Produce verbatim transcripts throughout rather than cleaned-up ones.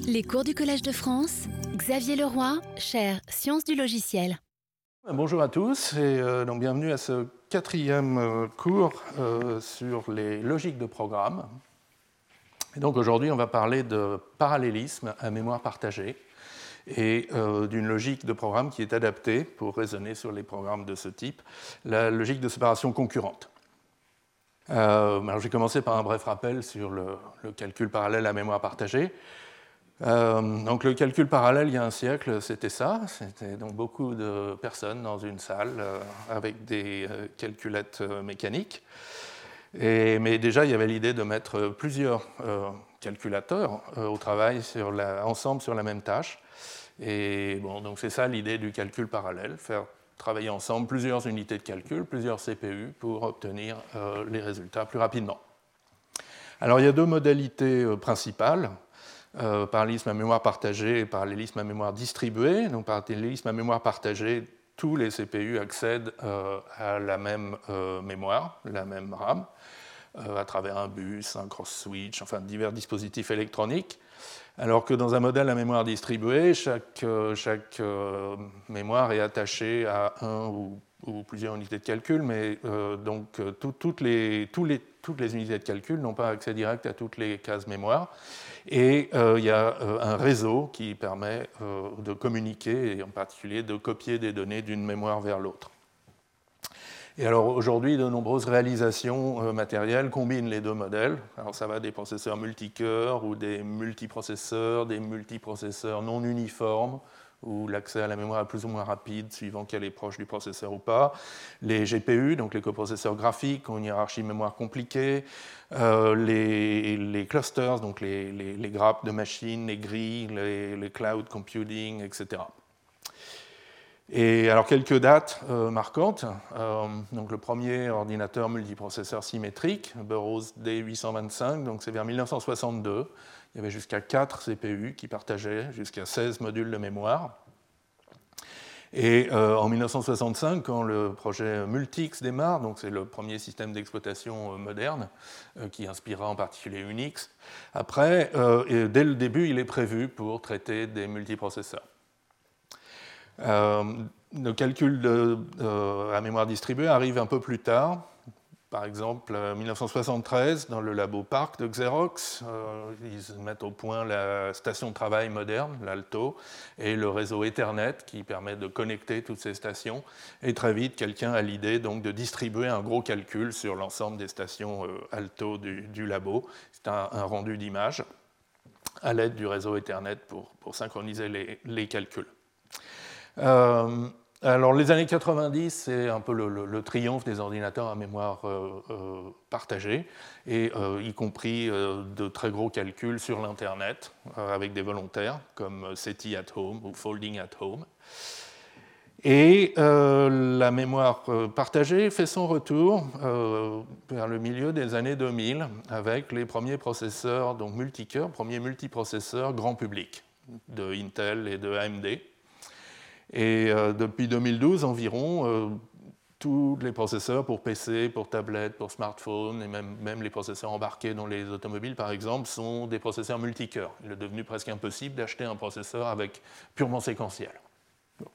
Les cours du Collège de France, Xavier Leroy, chaire Sciences du logiciel. Bonjour à tous et euh, donc bienvenue à ce quatrième euh, cours euh, sur les logiques de programme. Et donc aujourd'hui, on va parler de parallélisme à mémoire partagée et euh, d'une logique de programme qui est adaptée pour raisonner sur les programmes de ce type, la logique de séparation concurrente. Euh, alors, je vais commencer par un bref rappel sur le, le calcul parallèle à mémoire partagée. Euh, donc le calcul parallèle, il y a un siècle, c'était ça. C'était donc beaucoup de personnes dans une salle euh, avec des euh, calculettes euh, mécaniques. Et, mais déjà, il y avait l'idée de mettre plusieurs euh, calculateurs euh, au travail sur la, ensemble sur la même tâche. Et bon, donc c'est ça l'idée du calcul parallèle, faire travailler ensemble plusieurs unités de calcul, plusieurs C P U pour obtenir euh, les résultats plus rapidement. Alors il y a deux modalités euh, principales. Euh, parallélisme à mémoire partagée et parallélisme à mémoire distribuée. Donc, parallélisme à mémoire partagée, tous les C P U accèdent euh, à la même euh, mémoire, la même RAM, euh, à travers un bus, un cross-switch, enfin divers dispositifs électroniques. Alors que dans un modèle à mémoire distribuée, chaque, euh, chaque euh, mémoire est attachée à un ou, ou plusieurs unités de calcul, mais euh, donc tout, toutes, les, tous les, toutes les unités de calcul n'ont pas accès direct à toutes les cases mémoire. Et euh, il y a euh, un réseau qui permet euh, de communiquer, et en particulier de copier des données d'une mémoire vers l'autre. Et alors aujourd'hui, de nombreuses réalisations euh, matérielles combinent les deux modèles. Alors ça va des processeurs multicœurs ou des multiprocesseurs, des multiprocesseurs non uniformes, où l'accès à la mémoire est plus ou moins rapide, suivant qu'elle est proche du processeur ou pas. Les G P U, donc les coprocesseurs graphiques, ont une hiérarchie mémoire compliquée. Euh, les, les clusters, donc les, les, les grappes de machines, les grilles, les, les cloud computing, et cetera. Et alors quelques dates euh, marquantes. Euh, donc le premier ordinateur multiprocesseur symétrique, Burroughs D huit cent vingt-cinq, donc c'est vers mille neuf cent soixante-deux. Il y avait jusqu'à quatre C P U qui partageaient jusqu'à seize modules de mémoire. Et euh, en mille neuf cent soixante-cinq, quand le projet Multix démarre, donc c'est le premier système d'exploitation euh, moderne euh, qui inspirera en particulier Unix, après, euh, et dès le début, il est prévu pour traiter des multiprocesseurs. Euh, le calcul de, de, à mémoire distribuée arrive un peu plus tard. Par exemple, en mille neuf cent soixante-treize, dans le labo Park de Xerox, euh, ils mettent au point la station de travail moderne, l'Alto, et le réseau Ethernet qui permet de connecter toutes ces stations. Et très vite, quelqu'un a l'idée donc de distribuer un gros calcul sur l'ensemble des stations euh, Alto du, du labo. C'est un, un rendu d'image à l'aide du réseau Ethernet pour, pour synchroniser les, les calculs. Euh, Alors, les années quatre-vingt-dix, c'est un peu le, le, le triomphe des ordinateurs à mémoire euh, euh, partagée, et euh, y compris euh, de très gros calculs sur l'Internet, euh, avec des volontaires, comme SETI at Home ou Folding at Home. Et euh, la mémoire euh, partagée fait son retour euh, vers le milieu des années deux mille, avec les premiers processeurs, donc multicœurs, premiers multiprocesseurs grand public, de Intel et de A M D. Et euh, depuis deux mille douze environ, euh, tous les processeurs pour P C, pour tablette, pour smartphone, et même, même les processeurs embarqués dans les automobiles, par exemple, sont des processeurs multicœurs. Il est devenu presque impossible d'acheter un processeur avec purement séquentiel. Bon.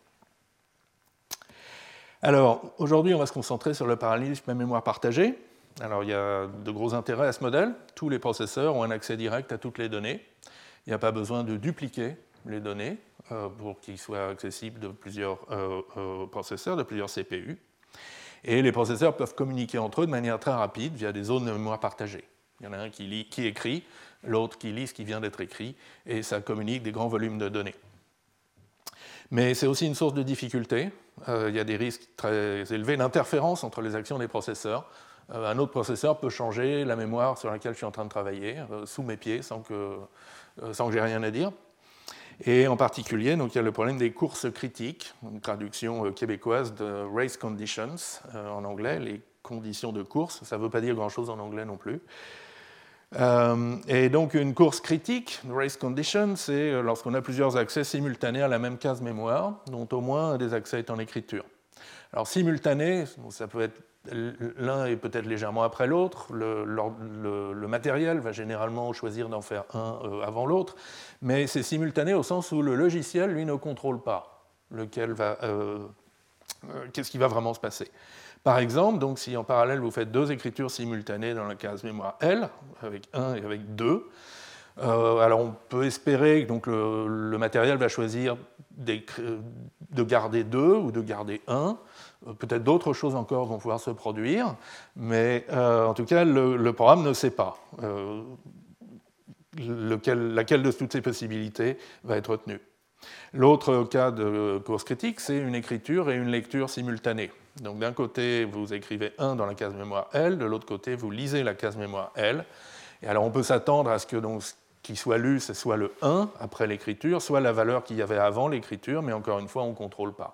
Alors, aujourd'hui, on va se concentrer sur le parallélisme à mémoire partagée. Alors, il y a de gros intérêts à ce modèle. Tous les processeurs ont un accès direct à toutes les données. Il n'y a pas besoin de dupliquer les données euh, pour qu'ils soient accessibles de plusieurs euh, euh, processeurs, de plusieurs C P U. Et les processeurs peuvent communiquer entre eux de manière très rapide via des zones de mémoire partagées. Il y en a un qui, lit, qui écrit, l'autre qui lit ce qui vient d'être écrit, et ça communique des grands volumes de données. Mais c'est aussi une source de difficulté. Euh, il y a des risques très élevés d'interférence entre les actions des processeurs. Euh, un autre processeur peut changer la mémoire sur laquelle je suis en train de travailler, euh, sous mes pieds, sans que, euh, sans que j'ai rien à dire. Et en particulier, donc, il y a le problème des courses critiques, une traduction euh, québécoise de race conditions euh, en anglais, les conditions de course. Ça ne veut pas dire grand-chose en anglais non plus. Euh, et donc une course critique, race condition, c'est lorsqu'on a plusieurs accès simultanés à la même case mémoire, dont au moins un des accès est en écriture. Alors simultané, ça peut être l'un est peut-être légèrement après l'autre, le, le, le matériel va généralement choisir d'en faire un euh, avant l'autre, mais c'est simultané au sens où le logiciel, lui, ne contrôle pas lequel va, euh, euh, qu'est-ce qui va vraiment se passer. Par exemple, donc, si en parallèle vous faites deux écritures simultanées dans la case mémoire L, avec un et avec deux, euh, alors on peut espérer que donc, le, le matériel va choisir de garder deux ou de garder un. Peut-être d'autres choses encore vont pouvoir se produire, mais euh, en tout cas, le, le programme ne sait pas euh, lequel, laquelle de toutes ces possibilités va être retenue. L'autre cas de course critique, c'est une écriture et une lecture simultanée. Donc d'un côté, vous écrivez un dans la case mémoire L, de l'autre côté, vous lisez la case mémoire L. Et alors on peut s'attendre à ce que donc, ce qui soit lu, ce soit le un après l'écriture, soit la valeur qu'il y avait avant l'écriture, mais encore une fois, on ne contrôle pas.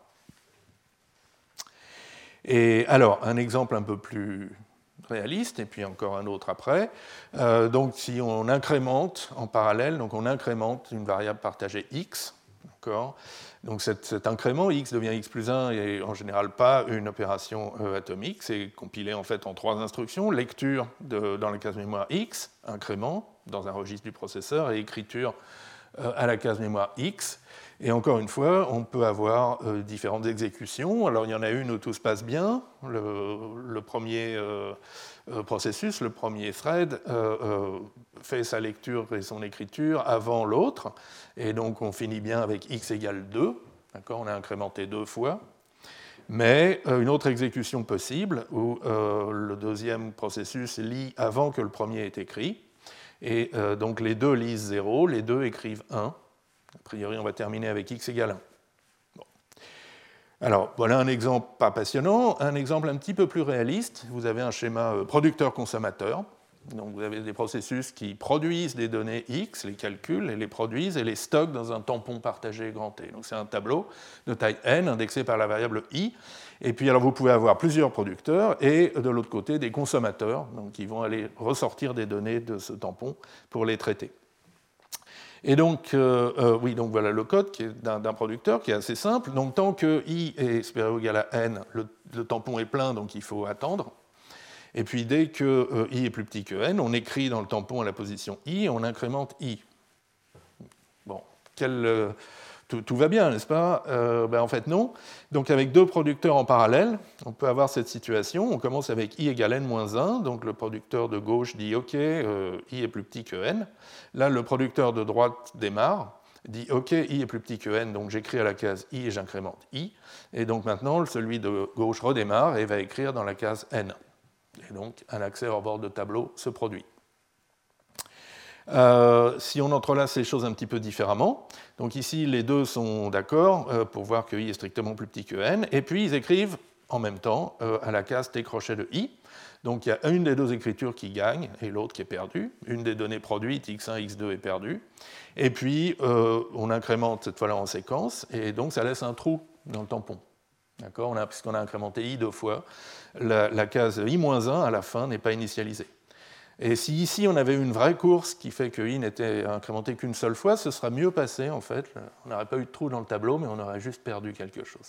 Et alors, un exemple un peu plus réaliste, et puis encore un autre après. Euh, donc si on incrémente en parallèle, donc on incrémente une variable partagée x, d'accord ? Donc cet, cet incrément, x devient x plus un, et en général pas une opération euh, atomique, c'est compilé en fait en trois instructions, lecture de, dans la case mémoire x, incrément dans un registre du processeur, et écriture euh, à la case mémoire x. Et encore une fois, on peut avoir euh, différentes exécutions. Alors il y en a une où tout se passe bien, le, le premier euh, euh, processus, le premier thread, euh, euh, fait sa lecture et son écriture avant l'autre, et donc on finit bien avec x égale deux, d'accord, on a incrémenté deux fois. Mais euh, une autre exécution possible, où euh, le deuxième processus lit avant que le premier ait écrit, et euh, donc les deux lisent zéro, les deux écrivent un. A priori, on va terminer avec x égale un. Bon. Alors, voilà un exemple pas passionnant. Un exemple un petit peu plus réaliste. Vous avez un schéma producteur-consommateur. Donc, vous avez des processus qui produisent des données x, les calculent et les produisent et les stockent dans un tampon partagé grand T. Donc, c'est un tableau de taille n indexé par la variable i. Et puis, alors, vous pouvez avoir plusieurs producteurs et de l'autre côté, des consommateurs donc, qui vont aller ressortir des données de ce tampon pour les traiter. Et donc, euh, euh, oui, donc voilà le code d'un, d'un producteur qui est assez simple. Donc, tant que i est supérieur ou égal à n, le, le tampon est plein, donc il faut attendre. Et puis, dès que euh, i est plus petit que n, on écrit dans le tampon à la position i et on incrémente i. Bon, quel, euh, tout, tout va bien, n'est-ce pas ? euh, ben, En fait, non. Donc, avec deux producteurs en parallèle, on peut avoir cette situation. On commence avec i égale n moins un. Donc, le producteur de gauche dit OK, euh, i est plus petit que n. Là, le producteur de droite démarre, dit OK, i est plus petit que n, donc j'écris à la case i et j'incrémente i. Et donc maintenant, celui de gauche redémarre et va écrire dans la case n. Et donc, un accès hors bord de tableau se produit. Euh, si on entrelace les choses un petit peu différemment, donc ici les deux sont d'accord euh, pour voir que i est strictement plus petit que n, et puis ils écrivent en même temps euh, à la case t crochet de i. Donc il y a une des deux écritures qui gagne et l'autre qui est perdue. Une des données produites, x un, x deux, est perdue. Et puis euh, on incrémente cette fois-là en séquence, et donc ça laisse un trou dans le tampon. D'accord ? On a, puisqu'on a incrémenté i deux fois, la, la case i moins un à la fin n'est pas initialisée. Et si ici on avait une vraie course qui fait que i n'était incrémenté qu'une seule fois, ce serait mieux passé en fait. On n'aurait pas eu de trou dans le tableau, mais on aurait juste perdu quelque chose.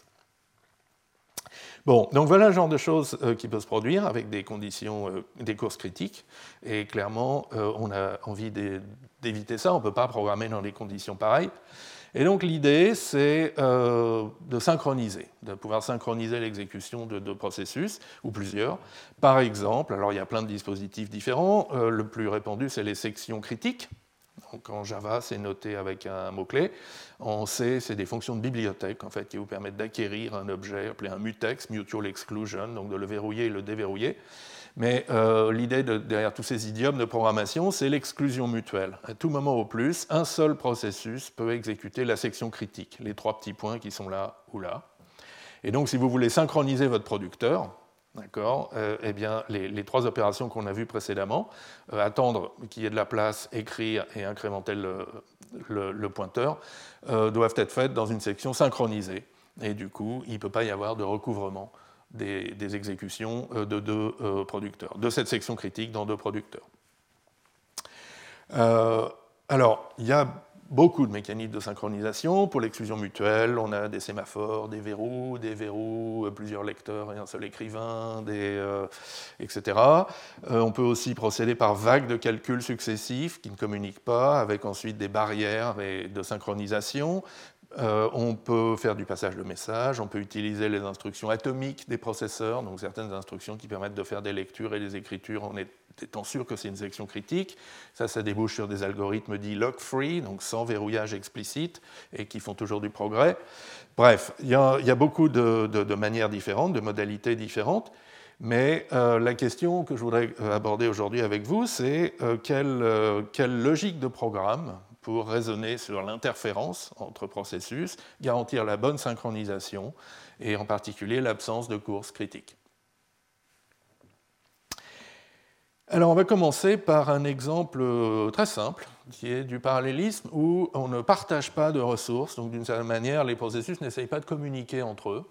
Bon, donc voilà le genre de choses euh, qui peut se produire avec des conditions, euh, des courses critiques. Et clairement, euh, on a envie d'éviter ça. On ne peut pas programmer dans des conditions pareilles. Et donc l'idée, c'est euh, de synchroniser, de pouvoir synchroniser l'exécution de deux processus, ou plusieurs. Par exemple, alors il y a plein de dispositifs différents. Euh, le plus répandu, c'est les sections critiques. Donc en Java, c'est noté avec un mot-clé. En C, c'est des fonctions de bibliothèque en fait, qui vous permettent d'acquérir un objet appelé un mutex, mutual exclusion, donc de le verrouiller et le déverrouiller. Mais euh, l'idée de, derrière tous ces idiomes de programmation, c'est l'exclusion mutuelle. À tout moment au plus, un seul processus peut exécuter la section critique, les trois petits points qui sont là ou là. Et donc, si vous voulez synchroniser votre producteur, d'accord, euh, eh bien, les, les trois opérations qu'on a vues précédemment, euh, attendre qu'il y ait de la place, écrire et incrémenter le, le, le pointeur, euh, doivent être faites dans une section synchronisée. Et du coup, il ne peut pas y avoir de recouvrement Des, des exécutions de deux euh, producteurs, de cette section critique dans deux producteurs. Euh, alors, il y a beaucoup de mécaniques de synchronisation. Pour l'exclusion mutuelle, on a des sémaphores, des verrous, des verrous, plusieurs lecteurs et un seul écrivain, des, euh, et cetera. Euh, on peut aussi procéder par vagues de calculs successifs qui ne communiquent pas, avec ensuite des barrières et de synchronisation. Euh, on peut faire du passage de messages, on peut utiliser les instructions atomiques des processeurs, donc certaines instructions qui permettent de faire des lectures et des écritures en étant sûr que c'est une section critique. Ça, ça débouche sur des algorithmes dits lock-free, donc sans verrouillage explicite, et qui font toujours du progrès. Bref, il y a, il y a beaucoup de, de, de manières différentes, de modalités différentes, mais euh, la question que je voudrais aborder aujourd'hui avec vous, c'est euh, quelle, euh, quelle logique de programme pour raisonner sur l'interférence entre processus, garantir la bonne synchronisation et en particulier l'absence de course critique. Alors on va commencer par un exemple très simple, qui est du parallélisme où on ne partage pas de ressources, donc d'une certaine manière les processus n'essayent pas de communiquer entre eux.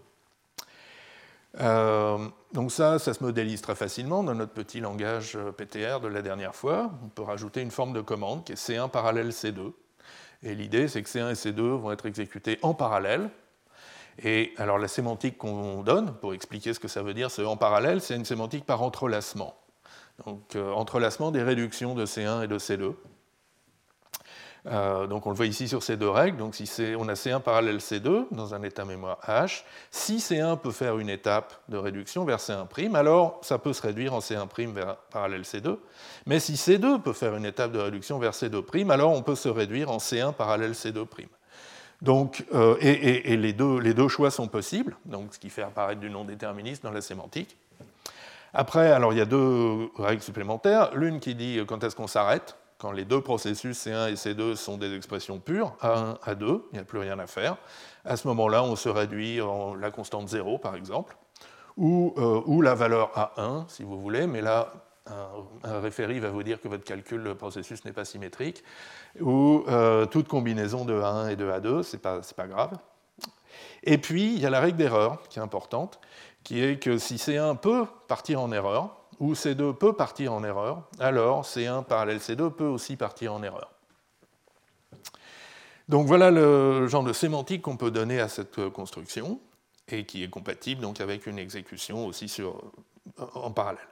Euh, donc ça, ça se modélise très facilement dans notre petit langage P T R de la dernière fois. On peut rajouter une forme de commande qui est C un parallèle C deux. Et l'idée, c'est que C un et C deux vont être exécutés en parallèle. Et alors la sémantique qu'on donne, pour expliquer ce que ça veut dire, ce en parallèle, c'est une sémantique par entrelacement. Donc euh, entrelacement des réductions de C un et de C deux. Euh, donc on le voit ici sur ces deux règles. Donc si on a C un parallèle C deux dans un état mémoire H, si C un peut faire une étape de réduction vers C un', alors ça peut se réduire en C un' vers parallèle C deux. Mais si C deux peut faire une étape de réduction vers C deux', alors on peut se réduire en C un parallèle C deux'. Donc, euh, et, et, et les, deux, les deux choix sont possibles, donc ce qui fait apparaître du non-déterminisme dans la sémantique. Après, alors il y a deux règles supplémentaires. L'une qui dit quand est-ce qu'on s'arrête, quand les deux processus C un et C deux sont des expressions pures, A un, A deux, il n'y a plus rien à faire. À ce moment-là, on se réduit en la constante zéro, par exemple, ou, euh, ou la valeur A un, si vous voulez, mais là, un, un référé va vous dire que votre calcul de processus n'est pas symétrique, ou euh, toute combinaison de A un et de A deux, c'est pas, c'est pas grave. Et puis, il y a la règle d'erreur, qui est importante, qui est que si C un peut partir en erreur, ou C deux peut partir en erreur, alors C un parallèle C deux peut aussi partir en erreur. Donc voilà le genre de sémantique qu'on peut donner à cette construction, et qui est compatible donc avec une exécution aussi sur, en parallèle.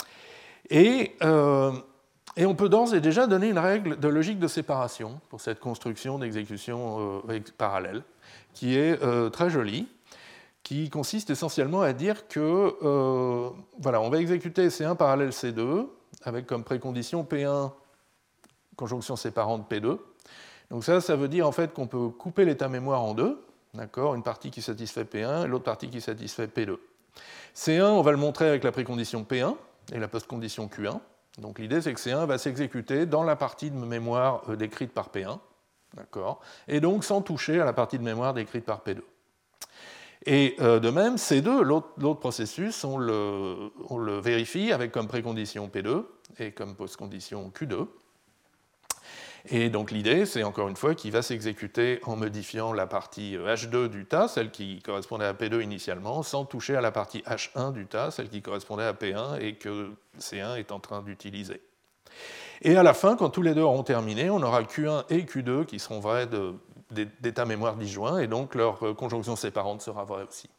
Et, euh, et on peut d'ores et déjà donner une règle de logique de séparation pour cette construction d'exécution euh, parallèle, qui est euh, très jolie, qui consiste essentiellement à dire que euh, voilà, on va exécuter C un parallèle C deux avec comme précondition P un conjonction séparante P deux. Donc ça, ça veut dire en fait qu'on peut couper l'état mémoire en deux, d'accord, une partie qui satisfait P un et l'autre partie qui satisfait P deux. C un, on va le montrer avec la précondition P un et la postcondition Q un. Donc l'idée, c'est que C un va s'exécuter dans la partie de mémoire décrite par P un, d'accord, et donc sans toucher à la partie de mémoire décrite par P deux. Et euh, de même, C deux, l'autre, l'autre processus, on le, on le vérifie avec comme précondition P deux et comme postcondition Q deux. Et donc l'idée, c'est encore une fois qu'il va s'exécuter en modifiant la partie H deux du tas, celle qui correspondait à P deux initialement, sans toucher à la partie H un du tas, celle qui correspondait à P un et que C un est en train d'utiliser. Et à la fin, quand tous les deux auront terminé, on aura Q un et Q deux qui seront vrais de, d'état mémoire disjoint, et donc leur conjonction séparante sera vraie aussi.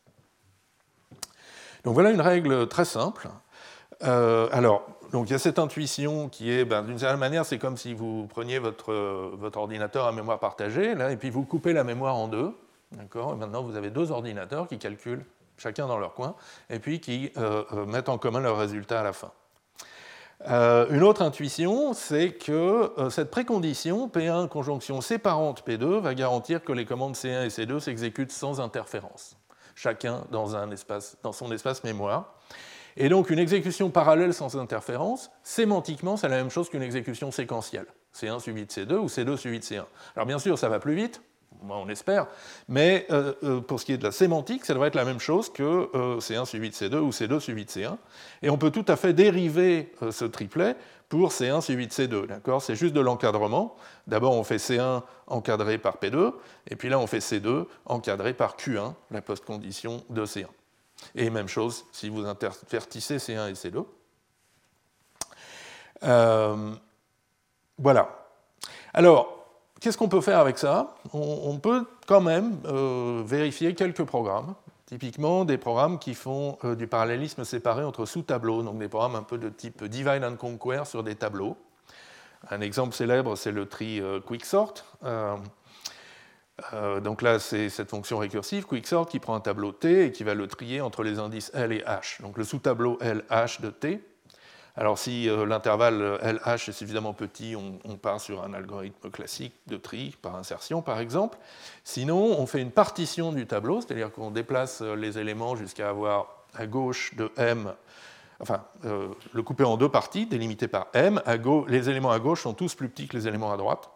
Donc voilà une règle très simple. Euh, alors, donc il y a cette intuition qui est, ben, d'une certaine manière, c'est comme si vous preniez votre, votre ordinateur à mémoire partagée, là, et puis vous coupez la mémoire en deux, d'accord, et maintenant vous avez deux ordinateurs qui calculent chacun dans leur coin, et puis qui euh, mettent en commun leurs résultats à la fin. Euh, une autre intuition, c'est que euh, cette précondition, P un conjonction séparante P deux, va garantir que les commandes C un et C deux s'exécutent sans interférence, chacun dans, un espace, dans son espace mémoire. Et donc une exécution parallèle sans interférence, sémantiquement, c'est la même chose qu'une exécution séquentielle, C un suivi de C deux ou C deux suivi de C un. Alors bien sûr, ça va plus vite, on espère, mais euh, euh, pour ce qui est de la sémantique, ça devrait être la même chose que euh, C un suivi de C deux ou C deux suivi de C un. Et on peut tout à fait dériver euh, ce triplet pour C un suivi de C deux. D'accord ? C'est juste de l'encadrement. D'abord, on fait C un encadré par P deux, et puis là, on fait C deux encadré par Q un, la postcondition de C un. Et même chose si vous intervertissez C un et C deux. Euh, voilà. Alors, qu'est-ce qu'on peut faire avec ça? on, on peut quand même euh, vérifier quelques programmes, typiquement des programmes qui font euh, du parallélisme séparé entre sous-tableaux, donc des programmes un peu de type divide and conquer sur des tableaux. Un exemple célèbre, c'est le tree euh, quicksort. Euh, euh, donc là, c'est cette fonction récursive, quicksort, qui prend un tableau T et qui va le trier entre les indices L et H. Donc le sous-tableau L H de T. Alors si euh, l'intervalle L H est suffisamment petit, on, on part sur un algorithme classique de tri par insertion, par exemple. Sinon, on fait une partition du tableau, c'est-à-dire qu'on déplace les éléments jusqu'à avoir à gauche de M, enfin, euh, le couper en deux parties, délimitées par M. À gauche, les éléments à gauche sont tous plus petits que les éléments à droite.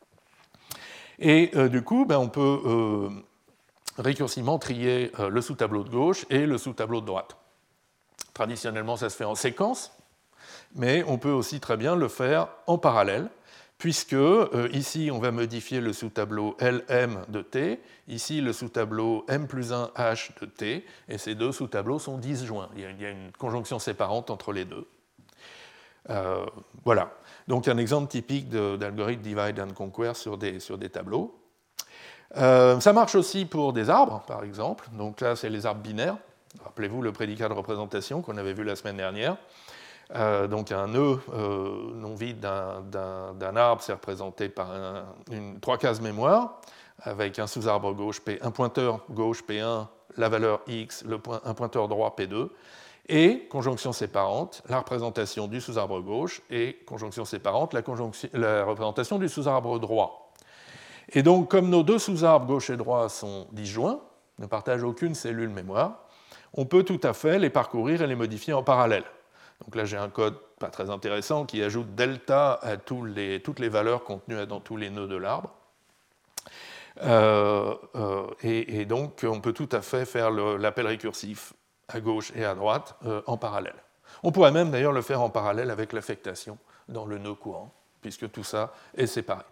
Et euh, du coup, ben, on peut euh, récursivement trier euh, le sous-tableau de gauche et le sous-tableau de droite. Traditionnellement, ça se fait en séquence, mais on peut aussi très bien le faire en parallèle, puisque euh, ici, on va modifier le sous-tableau L M de T, ici le sous-tableau M plus un H de T, et ces deux sous-tableaux sont disjoints. Il y a, il y a une conjonction séparante entre les deux. Euh, voilà. Donc un exemple typique d'algorithme divide and conquer sur des, sur des tableaux. Euh, ça marche aussi pour des arbres, par exemple. Donc là, c'est les arbres binaires. Rappelez-vous le prédicat de représentation qu'on avait vu la semaine dernière. Euh, donc un nœud euh, non vide d'un arbre, c'est représenté par un, une, trois cases mémoire, avec un sous-arbre gauche, P, un pointeur gauche P un, la valeur X, le point, un pointeur droit P deux, et conjonction séparante, la représentation du sous-arbre gauche, et conjonction séparante, la, conjonction, la représentation du sous-arbre droit. Et donc, comme nos deux sous-arbres gauche et droit sont disjoints, ne partagent aucune cellule mémoire, on peut tout à fait les parcourir et les modifier en parallèle. Donc là, j'ai un code pas très intéressant qui ajoute delta à tous les, toutes les valeurs contenues dans tous les nœuds de l'arbre. Euh, euh, et, et donc, on peut tout à fait faire l'appel récursif à gauche et à droite euh, en parallèle. On pourrait même d'ailleurs le faire en parallèle avec l'affectation dans le nœud courant, puisque tout ça est séparé.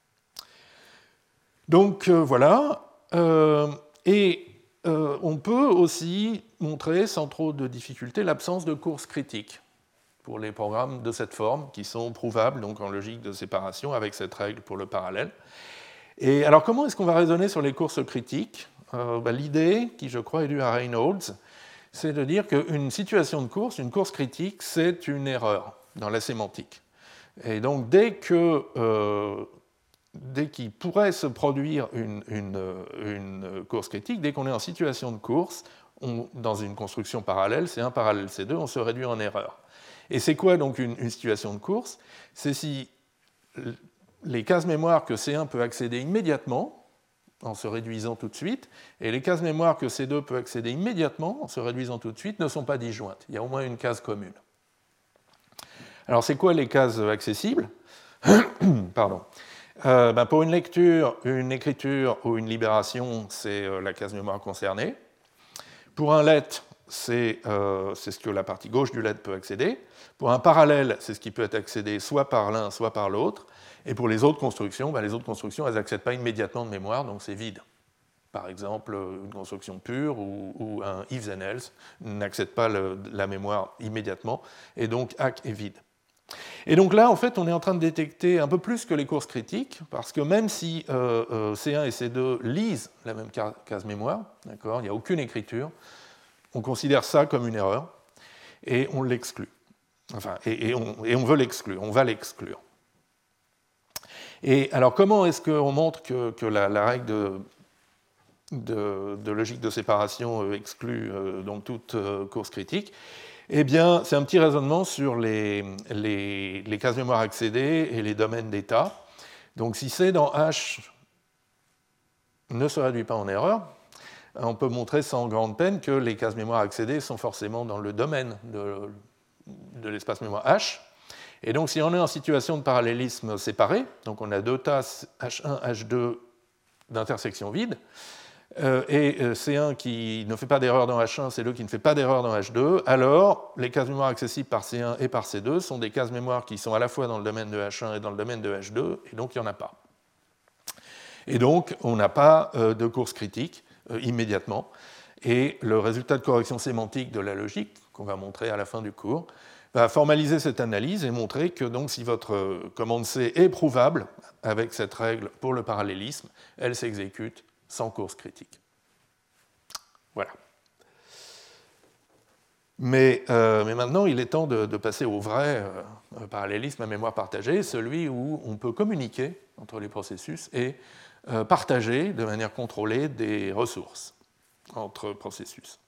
Donc euh, voilà. Euh, et Euh, on peut aussi montrer, sans trop de difficulté, l'absence de course critique pour les programmes de cette forme, qui sont prouvables donc en logique de séparation avec cette règle pour le parallèle. Et alors, comment est-ce qu'on va raisonner sur les courses critiques? euh, bah, L'idée, qui je crois est due à Reynolds, c'est de dire qu'une situation de course, une course critique, c'est une erreur dans la sémantique. Et donc, dès que... Euh, dès qu'il pourrait se produire une, une, une course critique, dès qu'on est en situation de course, on, dans une construction parallèle, C un parallèle C deux, on se réduit en erreur. Et c'est quoi donc une, une situation de course? C'est si les cases mémoire que C un peut accéder immédiatement, en se réduisant tout de suite, et les cases mémoire que C deux peut accéder immédiatement, en se réduisant tout de suite, ne sont pas disjointes. Il y a au moins une case commune. Alors c'est quoi les cases accessibles? Pardon. Euh, ben pour une lecture, une écriture ou une libération, c'est euh, la case mémoire concernée. Pour un let, c'est euh, ce que la partie gauche du let peut accéder. Pour un parallèle, c'est ce qui peut être accédé soit par l'un, soit par l'autre. Et pour les autres constructions, ben les autres constructions, elles n'accèdent pas immédiatement de mémoire, donc c'est vide. Par exemple, une construction pure ou, ou un if and else n'accède pas le, la mémoire immédiatement, et donc A C est vide. Et donc là, en fait, on est en train de détecter un peu plus que les courses critiques, parce que même si euh, euh, C un et C deux lisent la même case mémoire, d'accord, il n'y a aucune écriture, on considère ça comme une erreur, et on l'exclut. Enfin, et, et, on, et on veut l'exclure, on va l'exclure. Et alors, comment est-ce qu'on montre que, que la, la règle de, de, de logique de séparation exclut euh, donc toute euh, course critique? Eh bien, c'est un petit raisonnement sur les, les, les cases mémoire accédées et les domaines d'état. Donc, si C dans H ne se réduit pas en erreur, on peut montrer sans grande peine que les cases mémoire accédées sont forcément dans le domaine de, de l'espace mémoire H. Et donc, si on est en situation de parallélisme séparé, donc on a deux tas H un, H deux d'intersection vide, Euh, et euh, C un qui ne fait pas d'erreur dans H un, C deux qui ne fait pas d'erreur dans H deux, alors les cases mémoire accessibles par C un et par C deux sont des cases mémoire qui sont à la fois dans le domaine de H un et dans le domaine de H deux, et donc il n'y en a pas. Et donc on n'a pas euh, de course critique euh, immédiatement, et le résultat de correction sémantique de la logique, qu'on va montrer à la fin du cours, va formaliser cette analyse et montrer que donc, si votre commande C est prouvable avec cette règle pour le parallélisme, elle s'exécute sans course critique. Voilà. Mais, euh, mais maintenant, il est temps de, de passer au vrai euh, parallélisme à mémoire partagée, celui où on peut communiquer entre les processus et euh, partager de manière contrôlée des ressources entre processus.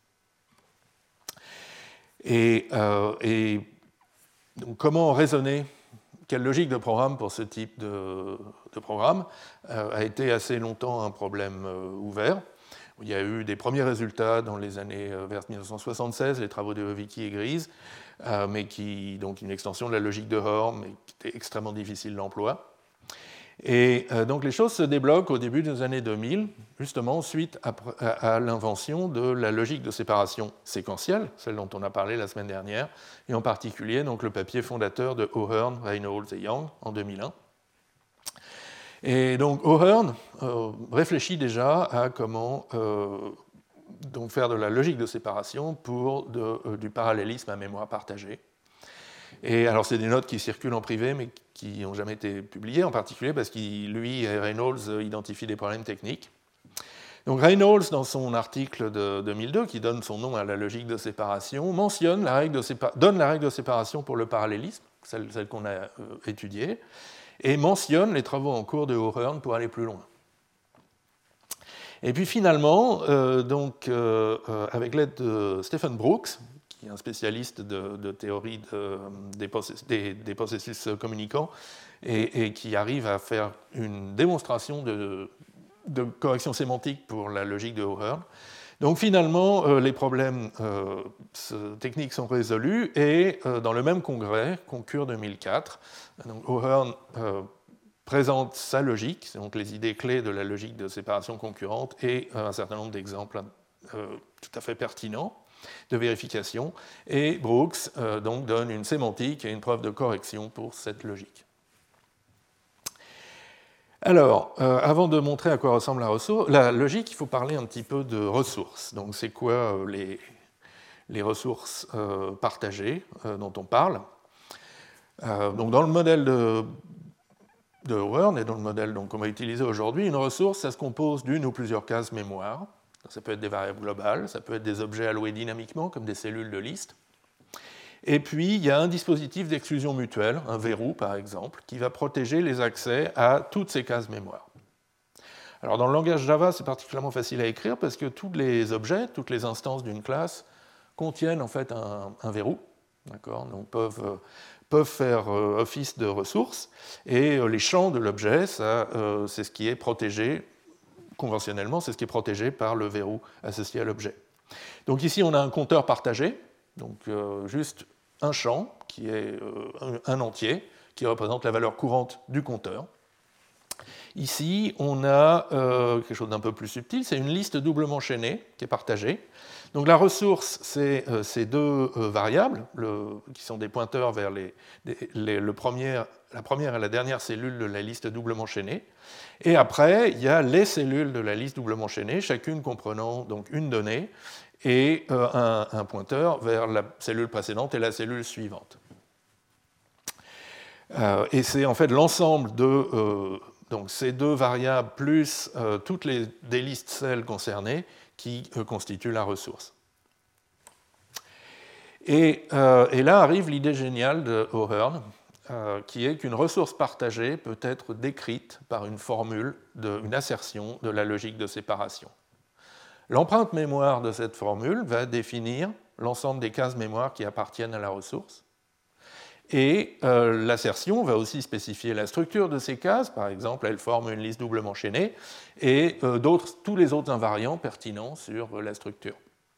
Et, euh, et donc, comment raisonner, quelle logique de programme pour ce type de, de programme euh, a été assez longtemps un problème euh, ouvert. Il y a eu des premiers résultats dans les années euh, vers mille neuf cent soixante-seize, les travaux de Vicky et Grise, euh, mais qui, donc une extension de la logique de Horn, mais qui était extrêmement difficile d'emploi. Et euh, donc les choses se débloquent au début des années deux mille, justement suite à, à, à l'invention de la logique de séparation séquentielle, celle dont on a parlé la semaine dernière, et en particulier donc, le papier fondateur de O'Hearn, Reynolds et Young en deux mille un. Et donc O'Hearn euh, réfléchit déjà à comment euh, donc faire de la logique de séparation pour de, euh, du parallélisme à mémoire partagée. Et alors c'est des notes qui circulent en privé mais qui n'ont jamais été publiées, en particulier parce qu'il, lui et Reynolds identifient des problèmes techniques. Donc Reynolds, dans son article de deux mille deux, qui donne son nom à la logique de séparation, mentionne la règle de sépa- donne la règle de séparation pour le parallélisme, celle, celle qu'on a euh, étudiée, et mentionne les travaux en cours de O'Hearn pour aller plus loin. Et puis finalement, euh, donc, euh, avec l'aide de Stephen Brooks, qui est un spécialiste de, de théorie de, des, processus, des, des processus communicants, et, et qui arrive à faire une démonstration de, de correction sémantique pour la logique de O'Hearn. Donc finalement, euh, les problèmes euh, techniques sont résolus, et euh, dans le même congrès, Concure deux mille quatre, donc O'Hearn euh, présente sa logique, donc les idées clés de la logique de séparation concurrente, et euh, un certain nombre d'exemples euh, tout à fait pertinents de vérification, et Brooks euh, donc, donne une sémantique et une preuve de correction pour cette logique. Alors, euh, avant de montrer à quoi ressemble la, ressource, la logique, il faut parler un petit peu de ressources. Donc, c'est quoi euh, les, les ressources euh, partagées euh, dont on parle. euh, Donc, dans le modèle de, de O'Hearn et dans le modèle qu'on va utiliser aujourd'hui, une ressource, ça se compose d'une ou plusieurs cases mémoire. Ça peut être des variables globales, ça peut être des objets alloués dynamiquement, comme des cellules de liste. Et puis, il y a un dispositif d'exclusion mutuelle, un verrou par exemple, qui va protéger les accès à toutes ces cases mémoire. Alors, dans le langage Java, c'est particulièrement facile à écrire parce que tous les objets, toutes les instances d'une classe contiennent en fait un, un verrou, d'accord, donc peuvent, euh, peuvent faire euh, office de ressources, et euh, les champs de l'objet, ça, euh, c'est ce qui est protégé. Conventionnellement, c'est ce qui est protégé par le verrou associé à l'objet. Donc ici, on a un compteur partagé, donc euh, juste un champ qui est euh, un entier, qui représente la valeur courante du compteur. Ici, on a euh, quelque chose d'un peu plus subtil, c'est une liste doublement chaînée qui est partagée. Donc la ressource, c'est euh, ces deux euh, variables, le, qui sont des pointeurs vers les, les, le premier, la première et la dernière cellule de la liste doublement chaînée. Et après, il y a les cellules de la liste doublement chaînée, chacune comprenant donc une donnée et euh, un, un pointeur vers la cellule précédente et la cellule suivante. Euh, et c'est en fait l'ensemble de euh, donc ces deux variables plus euh, toutes les des listes celles concernées qui euh, constituent la ressource. Et, euh, et là arrive l'idée géniale de O'Hearn, euh, qui est qu'une ressource partagée peut être décrite par une formule, de, une assertion de la logique de séparation. L'empreinte mémoire de cette formule va définir l'ensemble des cases mémoire qui appartiennent à la ressource. Et euh, l'assertion va aussi spécifier la structure de ces cases. Par exemple, elle forme une liste doublement chaînée et euh, tous les autres invariants pertinents sur euh, la structure.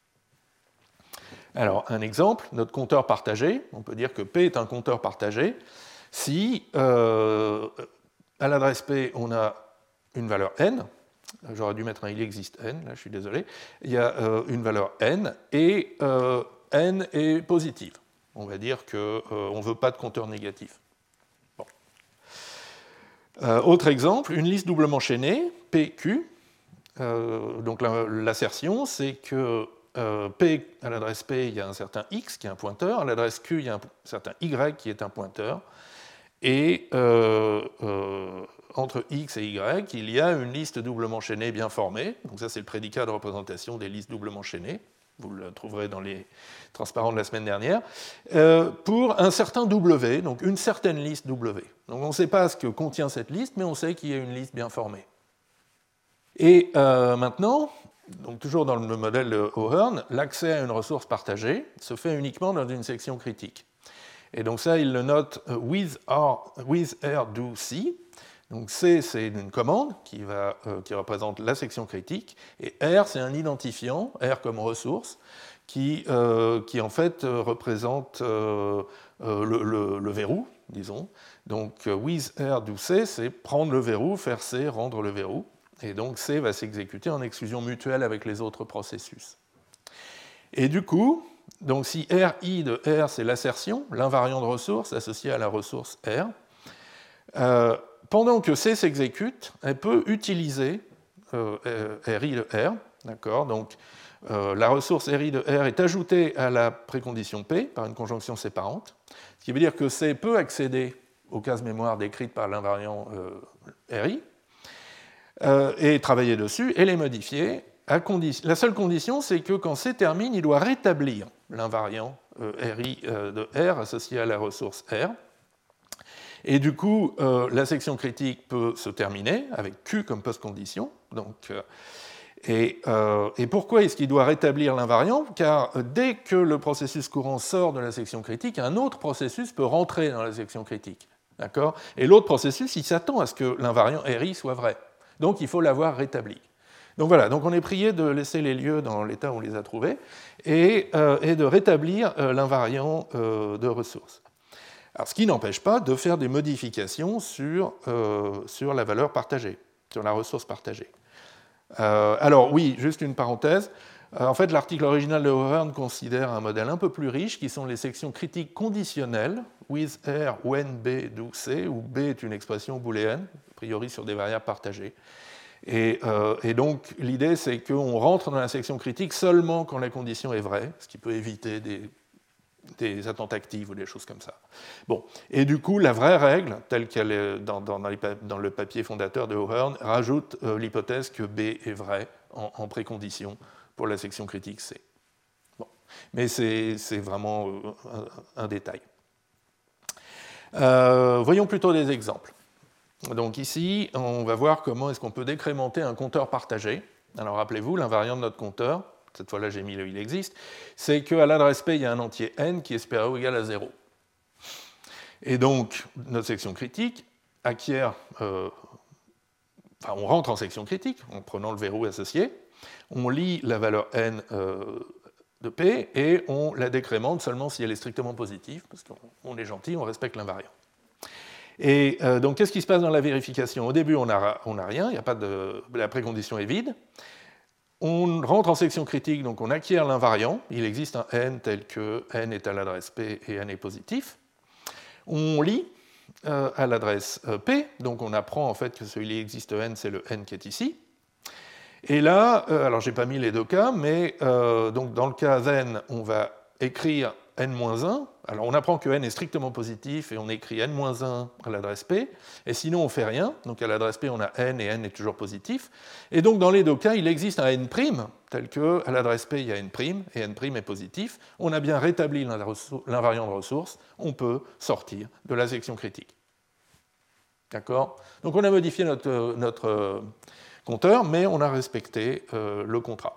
Alors, un exemple, notre compteur partagé, on peut dire que P est un compteur partagé si, euh, à l'adresse P, on a une valeur n, j'aurais dû mettre un il existe n, là je suis désolé, il y a euh, une valeur n, et euh, n est positive. On va dire qu'on euh, ne veut pas de compteur négatif. Bon. Euh, autre exemple, une liste doublement chaînée, P Q. Euh, donc la, l'assertion, c'est que euh, P, à l'adresse P, il y a un certain X qui est un pointeur, à l'adresse Q, il y a un certain Y qui est un pointeur, et euh, euh, entre X et Y, il y a une liste doublement chaînée bien formée, donc ça c'est le prédicat de représentation des listes doublement chaînées, vous le trouverez dans les transparents de la semaine dernière, euh, pour un certain W, donc une certaine liste W. Donc on ne sait pas ce que contient cette liste, mais on sait qu'il y a une liste bien formée. Et euh, maintenant, donc toujours dans le modèle de O'Hearn, l'accès à une ressource partagée se fait uniquement dans une section critique. Et donc ça, il le note with, R, with R do C. Donc C, c'est une commande qui, va, euh, qui représente la section critique, et R, c'est un identifiant, R comme ressource, qui, euh, qui en fait euh, représente euh, euh, le, le, le verrou, disons. Donc with R do C, c'est prendre le verrou, faire C, rendre le verrou. Et donc C va s'exécuter en exclusion mutuelle avec les autres processus. Et du coup, donc si R I de R, c'est l'assertion, l'invariant de ressource associé à la ressource R, euh, pendant que C s'exécute, elle peut utiliser euh, R I de R, d'accord ? Donc euh, la ressource R I de R est ajoutée à la précondition P par une conjonction séparante, ce qui veut dire que C peut accéder aux cases mémoire décrites par l'invariant euh, R I, euh, et travailler dessus et les modifier. À condi- la seule condition, c'est que quand C termine, il doit rétablir l'invariant euh, R I euh, de R associé à la ressource R. Et du coup, euh, la section critique peut se terminer avec Q comme post-condition. Donc, euh, et, euh, et pourquoi est-ce qu'il doit rétablir l'invariant ? Car euh, dès que le processus courant sort de la section critique, un autre processus peut rentrer dans la section critique. D'accord ? Et l'autre processus, il s'attend à ce que l'invariant R I soit vrai. Donc, il faut l'avoir rétabli. Donc voilà, donc on est prié de laisser les lieux dans l'état où on les a trouvés et, euh, et de rétablir euh, l'invariant euh, de ressources. Alors, ce qui n'empêche pas de faire des modifications sur, euh, sur la valeur partagée, sur la ressource partagée. Euh, alors oui, juste une parenthèse. Euh, en fait, l'article original de O'Hearn considère un modèle un peu plus riche, qui sont les sections critiques conditionnelles, with R, when B do C, où B est une expression booléenne, a priori sur des variables partagées. Et, euh, et donc, l'idée, c'est qu'on rentre dans la section critique seulement quand la condition est vraie, ce qui peut éviter des, des attentes actives ou des choses comme ça. Bon. Et du coup, la vraie règle, telle qu'elle est dans, dans, dans le papier fondateur de O'Hearn, rajoute euh, l'hypothèse que B est vrai en, en précondition pour la section critique C. Bon. Mais c'est, c'est vraiment euh, un, un détail. Euh, voyons plutôt des exemples. Donc ici, on va voir comment est-ce qu'on peut décrémenter un compteur partagé. Alors rappelez-vous, l'invariant de notre compteur, cette fois-là j'ai mis le il existe, c'est qu'à l'adresse P, il y a un entier n qui est supérieur ou égal à zéro. Et donc, notre section critique acquiert, euh, enfin on rentre en section critique en prenant le verrou associé, on lit la valeur n euh, de P et on la décrémente seulement si elle est strictement positive, parce qu'on est gentil, on respecte l'invariant. Et euh, donc, qu'est-ce qui se passe dans la vérification ? Au début, on n'a on a rien, il y a pas de, la précondition est vide. On rentre en section critique, donc on acquiert l'invariant. Il existe un n tel que n est à l'adresse P et n est positif. On lit euh, à l'adresse euh, P, donc on apprend en fait que celui-là existe n, c'est le n qui est ici. Et là, euh, alors j'ai pas mis les deux cas, mais euh, donc dans le cas n, on va écrire n moins un. Alors on apprend que n est strictement positif et on écrit n moins un à l'adresse P, et sinon on ne fait rien, donc à l'adresse P on a n et n est toujours positif, et donc dans les deux cas il existe un n', tel que à l'adresse P il y a n' et n' est positif, on a bien rétabli l'invariant de ressource, on peut sortir de la section critique. D'accord ? Donc on a modifié notre, notre compteur, mais on a respecté euh, le contrat.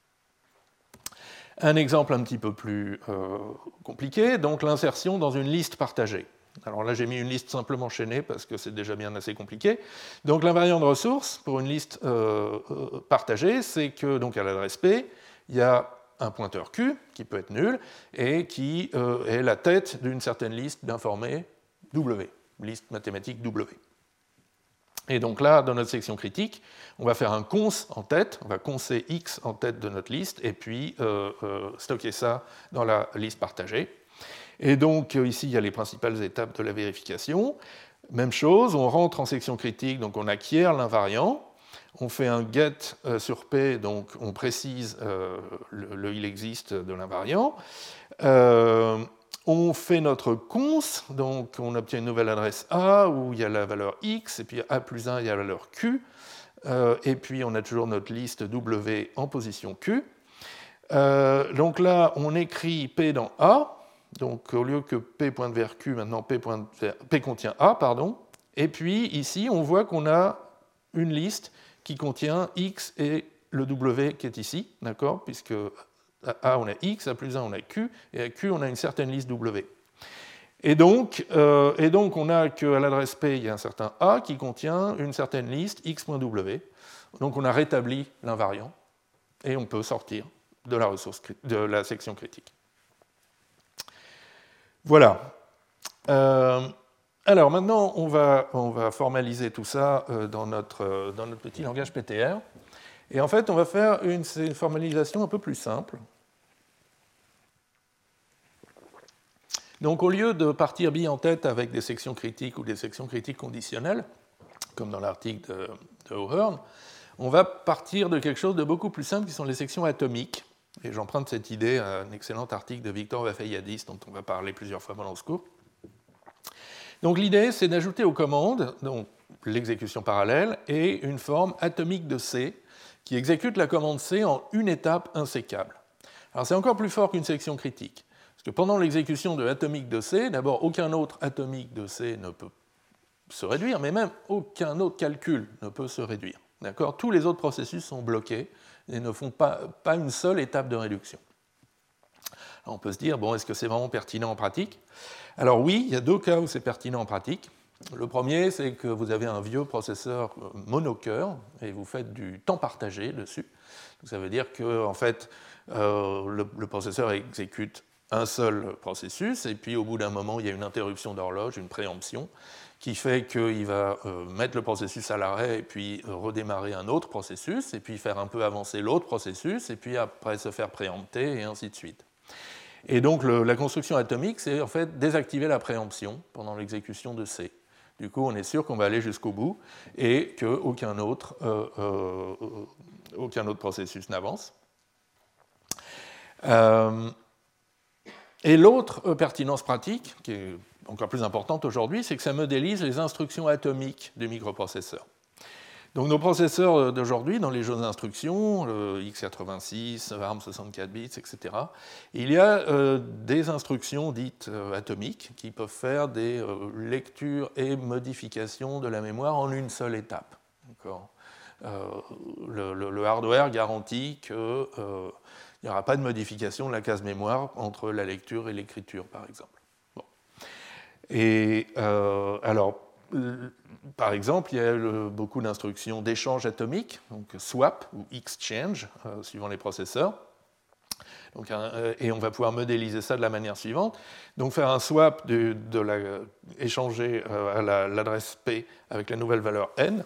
Un exemple un petit peu plus euh, compliqué, donc l'insertion dans une liste partagée. Alors là, j'ai mis une liste simplement chaînée parce que c'est déjà bien assez compliqué. Donc l'invariant de ressources pour une liste euh, partagée, c'est que donc à l'adresse P, il y a un pointeur Q qui peut être nul et qui euh, est la tête d'une certaine liste d'informés W, liste mathématique W. Et donc là, dans notre section critique, on va faire un cons en tête, on va concer x en tête de notre liste, et puis euh, euh, stocker ça dans la liste partagée. Et donc ici, il y a les principales étapes de la vérification. Même chose, on rentre en section critique, donc on acquiert l'invariant, on fait un get euh, sur P, donc on précise euh, le, le il existe de l'invariant. Euh, on fait notre cons, donc on obtient une nouvelle adresse A où il y a la valeur X, et puis A plus un, il y a la valeur Q, euh, et puis on a toujours notre liste W en position Q. Euh, donc là, on écrit P dans A, donc au lieu que P pointe vers Q, maintenant P, pointe vers, P contient A, pardon. Et puis ici, on voit qu'on a une liste qui contient X et le W qui est ici, d'accord, puisque à A on a X, à plus un on a Q, et à Q on a une certaine liste W. Et donc, euh, et donc on a qu'à l'adresse P, il y a un certain A qui contient une certaine liste X.W. Donc on a rétabli l'invariant, et on peut sortir de la, ressource, de la section critique. Voilà. Euh, alors maintenant, on va, on va formaliser tout ça euh, dans, notre, euh, dans notre petit langage P T R. Et en fait, on va faire une, une formalisation un peu plus simple. Donc au lieu de partir bille en tête avec des sections critiques ou des sections critiques conditionnelles, comme dans l'article de, de O'Hearn, on va partir de quelque chose de beaucoup plus simple qui sont les sections atomiques. Et j'emprunte cette idée à un excellent article de Victor Vassiliadis dont on va parler plusieurs fois pendant ce cours. Donc l'idée, c'est d'ajouter aux commandes donc, l'exécution parallèle et une forme atomique de C qui exécute la commande C en une étape insécable. Alors c'est encore plus fort qu'une section critique. Parce que pendant l'exécution de atomique de C, d'abord, aucun autre atomique de C ne peut se réduire, mais même aucun autre calcul ne peut se réduire. D'accord ? Tous les autres processus sont bloqués et ne font pas, pas une seule étape de réduction. Alors on peut se dire, bon, est-ce que c'est vraiment pertinent en pratique ? Alors oui, il y a deux cas où c'est pertinent en pratique. Le premier, c'est que vous avez un vieux processeur monocœur et vous faites du temps partagé dessus. Donc, ça veut dire que en fait, euh, le, le processeur exécute un seul processus et puis au bout d'un moment, il y a une interruption d'horloge, une préemption, qui fait qu'il va euh, mettre le processus à l'arrêt et puis euh, redémarrer un autre processus, et puis faire un peu avancer l'autre processus, et puis après se faire préempter, et ainsi de suite. Et donc le, la construction atomique, c'est en fait désactiver la préemption pendant l'exécution de C. Du coup, on est sûr qu'on va aller jusqu'au bout et qu'aucun autre, euh, euh, aucun autre processus n'avance. Euh, et l'autre pertinence pratique, qui est encore plus importante aujourd'hui, c'est que ça modélise les instructions atomiques du microprocesseur. Donc nos processeurs d'aujourd'hui, dans les jeux d'instructions, le x quatre-vingt-six, ARM soixante-quatre bits, et cetera, il y a euh, des instructions dites euh, atomiques qui peuvent faire des euh, lectures et modifications de la mémoire en une seule étape. Euh, le, le, le hardware garantit qu'il euh, n'y aura pas de modification de la case mémoire entre la lecture et l'écriture, par exemple. Bon. Et euh, alors, par exemple, il y a le, beaucoup d'instructions d'échange atomique, donc swap ou exchange, euh, suivant les processeurs. Donc, euh, et on va pouvoir modéliser ça de la manière suivante. Donc faire un swap, de, de la, échanger euh, à la, l'adresse P avec la nouvelle valeur N.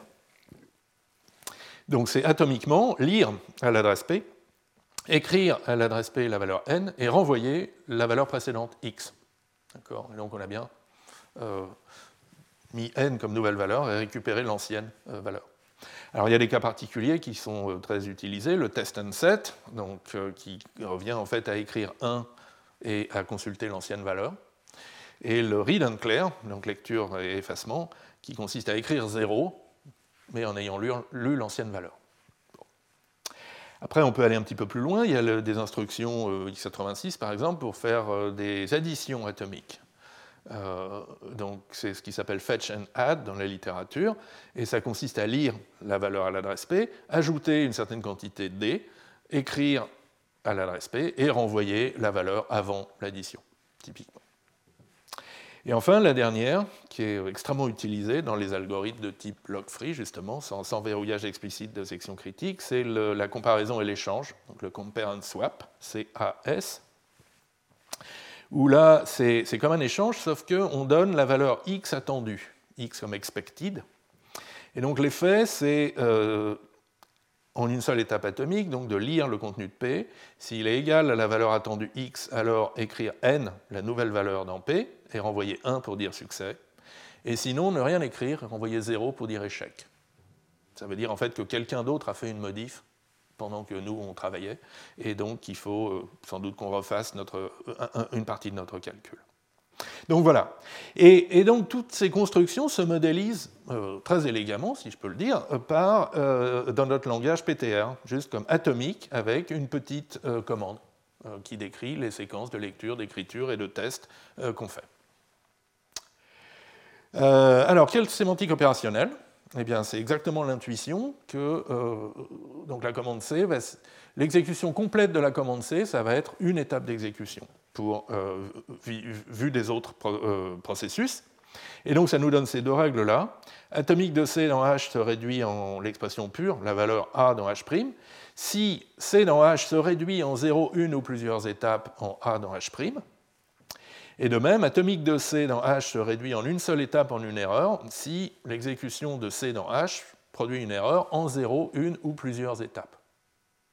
Donc c'est atomiquement lire à l'adresse P, écrire à l'adresse P la valeur N et renvoyer la valeur précédente X. D'accord ? Et donc on a bien euh, mis N comme nouvelle valeur et récupéré l'ancienne euh, valeur. Alors il y a des cas particuliers qui sont euh, très utilisés, le test and set, donc, euh, qui revient en fait à écrire un et à consulter l'ancienne valeur, et le read and clear, donc lecture et effacement, qui consiste à écrire zéro, mais en ayant lu, lu l'ancienne valeur. Bon. Après, on peut aller un petit peu plus loin, il y a le, des instructions euh, x quatre-vingt-six par exemple, pour faire euh, des additions atomiques. Euh, donc c'est ce qui s'appelle fetch and add dans la littérature, et ça consiste à lire la valeur à l'adresse P, ajouter une certaine quantité de D, écrire à l'adresse P et renvoyer la valeur avant l'addition, typiquement. Et enfin, la dernière, qui est extrêmement utilisée dans les algorithmes de type log-free, justement, sans, sans verrouillage explicite de section critique, c'est le, la comparaison et l'échange, donc le compare and swap, C A S, où là, c'est, c'est comme un échange, sauf qu'on donne la valeur x attendue, x comme expected. Et donc l'effet, c'est euh, en une seule étape atomique, donc de lire le contenu de P. S'il est égal à la valeur attendue x, alors écrire n, la nouvelle valeur dans P, et renvoyer un pour dire succès. Et sinon, ne rien écrire, renvoyer zéro pour dire échec. Ça veut dire en fait que quelqu'un d'autre a fait une modif pendant que nous, on travaillait, et donc il faut euh, sans doute qu'on refasse notre, un, une partie de notre calcul. Donc voilà. Et, et donc toutes ces constructions se modélisent euh, très élégamment, si je peux le dire, par, euh, dans notre langage P T R, juste comme atomique, avec une petite euh, commande euh, qui décrit les séquences de lecture, d'écriture et de test euh, qu'on fait. Euh, alors, quelle sémantique opérationnelle ? Eh bien, c'est exactement l'intuition que euh, donc la commande C, va, l'exécution complète de la commande C, ça va être une étape d'exécution pour euh, vu, vu des autres pro, euh, processus. Et donc, ça nous donne ces deux règles-là. Atomique de C dans H se réduit en l'expression pure, la valeur A dans H'. Si C dans H se réduit en zéro, une ou plusieurs étapes en A dans H'. Et de même, atomique de C dans H se réduit en une seule étape en une erreur si l'exécution de C dans H produit une erreur en zéro, une ou plusieurs étapes. D'accord ?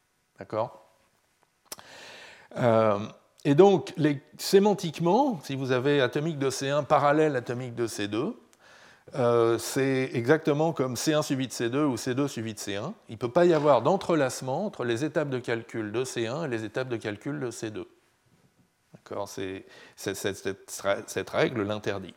euh, Et donc, les, sémantiquement, si vous avez atomique de C un parallèle atomique de C deux, euh, c'est exactement comme C un suivi de C deux ou C deux suivi de C un. Il ne peut pas y avoir d'entrelacement entre les étapes de calcul de C un et les étapes de calcul de C deux. D'accord, c'est, c'est, cette, cette règle l'interdit.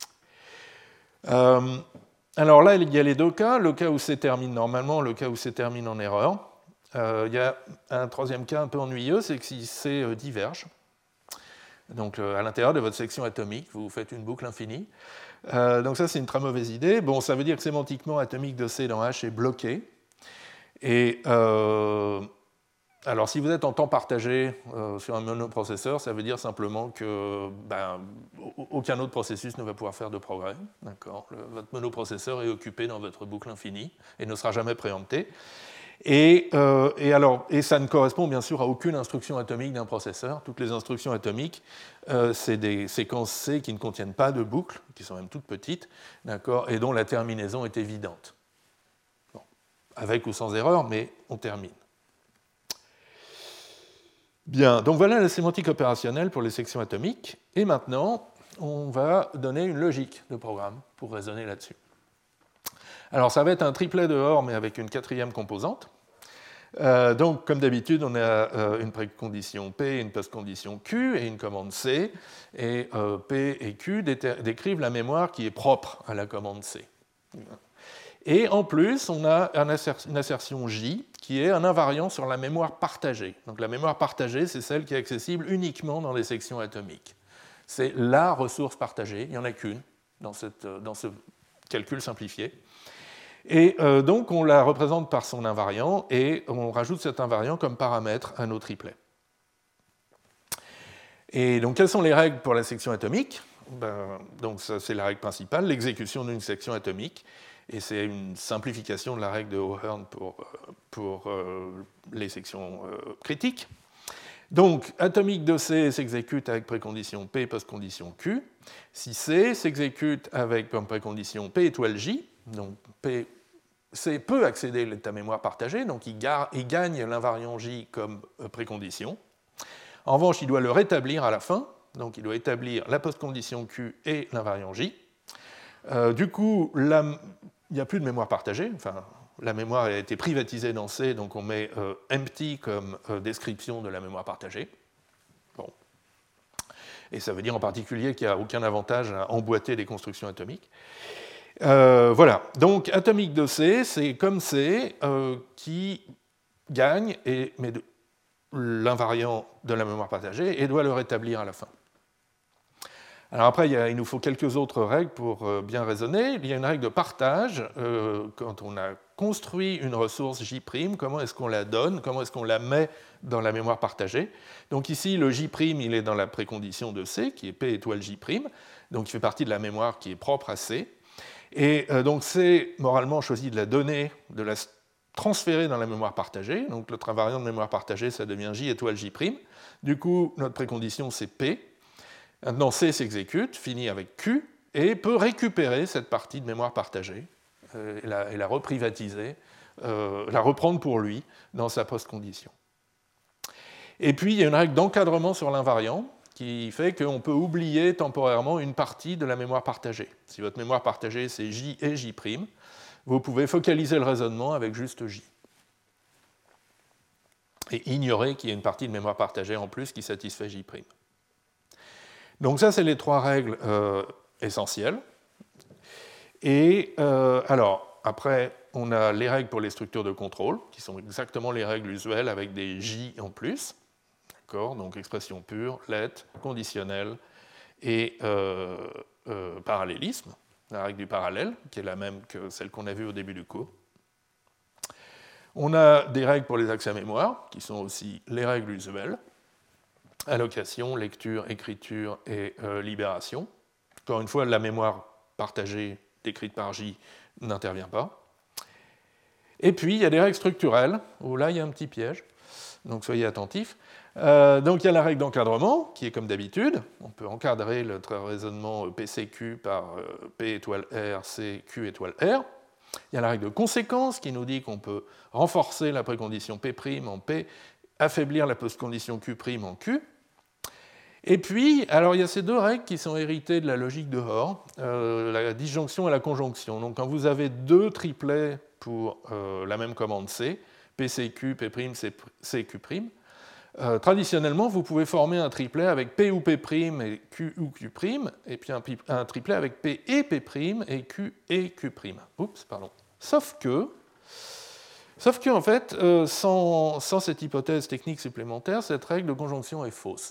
Euh, alors là, il y a les deux cas, le cas où C termine normalement, le cas où C termine en erreur. Euh, il y a un troisième cas un peu ennuyeux, c'est que si C euh, diverge, donc euh, à l'intérieur de votre section atomique, vous faites une boucle infinie. Euh, donc ça, c'est une très mauvaise idée. Bon, ça veut dire que sémantiquement, atomique de C dans H est bloqué. Et... Euh, Alors, si vous êtes en temps partagé euh, sur un monoprocesseur, ça veut dire simplement que ben, aucun autre processus ne va pouvoir faire de progrès. D'accord ? Le, votre monoprocesseur est occupé dans votre boucle infinie et ne sera jamais préempté. Et, euh, et, alors, et ça ne correspond bien sûr à aucune instruction atomique d'un processeur. Toutes les instructions atomiques, euh, c'est des séquences C qui ne contiennent pas de boucles, qui sont même toutes petites, d'accord, et dont la terminaison est évidente. Bon, avec ou sans erreur, mais on termine. Bien, donc voilà la sémantique opérationnelle pour les sections atomiques. Et maintenant, on va donner une logique de programme pour raisonner là-dessus. Alors, ça va être un triplet de OR, mais avec une quatrième composante. Euh, donc, comme d'habitude, on a euh, une précondition P, une postcondition Q et une commande C. Et euh, P et Q décrivent la mémoire qui est propre à la commande C. Et en plus, on a une assertion J qui est un invariant sur la mémoire partagée. Donc la mémoire partagée, c'est celle qui est accessible uniquement dans les sections atomiques. C'est la ressource partagée, il n'y en a qu'une dans, cette, dans ce calcul simplifié. Et euh, donc on la représente par son invariant et on rajoute cet invariant comme paramètre à nos triplets. Et donc quelles sont les règles pour la section atomique ? Ben, donc ça, c'est la règle principale, l'exécution d'une section atomique. Et c'est une simplification de la règle de O'Hearn pour, pour euh, les sections euh, critiques. Donc, atomique de C s'exécute avec précondition P, postcondition Q. Si C s'exécute avec comme précondition P étoile J, donc P, C peut accéder à l'état mémoire partagé, donc il, gar, il gagne l'invariant J comme précondition. En revanche, il doit le rétablir à la fin, donc il doit établir la postcondition Q et l'invariant J. Euh, du coup, la, il n'y a plus de mémoire partagée, enfin, la mémoire a été privatisée dans C, donc on met euh, empty comme euh, description de la mémoire partagée. Bon. Et ça veut dire en particulier qu'il n'y a aucun avantage à emboîter des constructions atomiques. Euh, voilà, donc atomique de C, c'est comme C euh, qui gagne et met de, l'invariant de la mémoire partagée et doit le rétablir à la fin. Alors après, il, y a, il nous faut quelques autres règles pour euh, bien raisonner. Il y a une règle de partage. Euh, quand on a construit une ressource J', comment est-ce qu'on la donne, comment est-ce qu'on la met dans la mémoire partagée. Donc ici, le J', il est dans la précondition de C, qui est P étoile J', donc il fait partie de la mémoire qui est propre à C. Et euh, donc C, moralement, choisit de la donner, de la transférer dans la mémoire partagée. Donc notre invariant de mémoire partagée, ça devient J étoile J'. Du coup, notre précondition, c'est P. Maintenant, C s'exécute, finit avec Q, et peut récupérer cette partie de mémoire partagée euh, et, la, et la reprivatiser, euh, la reprendre pour lui dans sa postcondition. Et puis, il y a une règle d'encadrement sur l'invariant qui fait qu'on peut oublier temporairement une partie de la mémoire partagée. Si votre mémoire partagée, c'est J et J', vous pouvez focaliser le raisonnement avec juste J. Et ignorer qu'il y a une partie de mémoire partagée en plus qui satisfait J'. Donc ça, c'est les trois règles euh, essentielles. Et euh, alors, après, on a les règles pour les structures de contrôle, qui sont exactement les règles usuelles avec des J en plus. D'accord ? Donc expression pure, let, conditionnel et euh, euh, parallélisme, la règle du parallèle, qui est la même que celle qu'on a vue au début du cours. On a des règles pour les accès à mémoire, qui sont aussi les règles usuelles, allocation, lecture, écriture et euh, libération. Encore une fois, la mémoire partagée décrite par J n'intervient pas. Et puis, il y a des règles structurelles, où là, il y a un petit piège, donc soyez attentifs. Euh, donc, il y a la règle d'encadrement, qui est comme d'habitude. On peut encadrer le raisonnement P C Q par euh, P étoile R, C, Q étoile R. Il y a la règle de conséquence, qui nous dit qu'on peut renforcer la précondition P' en P, affaiblir la postcondition Q' en Q. Et puis, alors il y a ces deux règles qui sont héritées de la logique de Hoare, euh, la disjonction et la conjonction. Donc quand vous avez deux triplets pour euh, la même commande C, P C Q, P', C Q', euh, traditionnellement vous pouvez former un triplet avec P ou P' et Q ou Q', et puis un, un triplet avec P et P' et Q et Q'. Oups, pardon. Sauf que, sauf que en fait, euh, sans, sans cette hypothèse technique supplémentaire, cette règle de conjonction est fausse.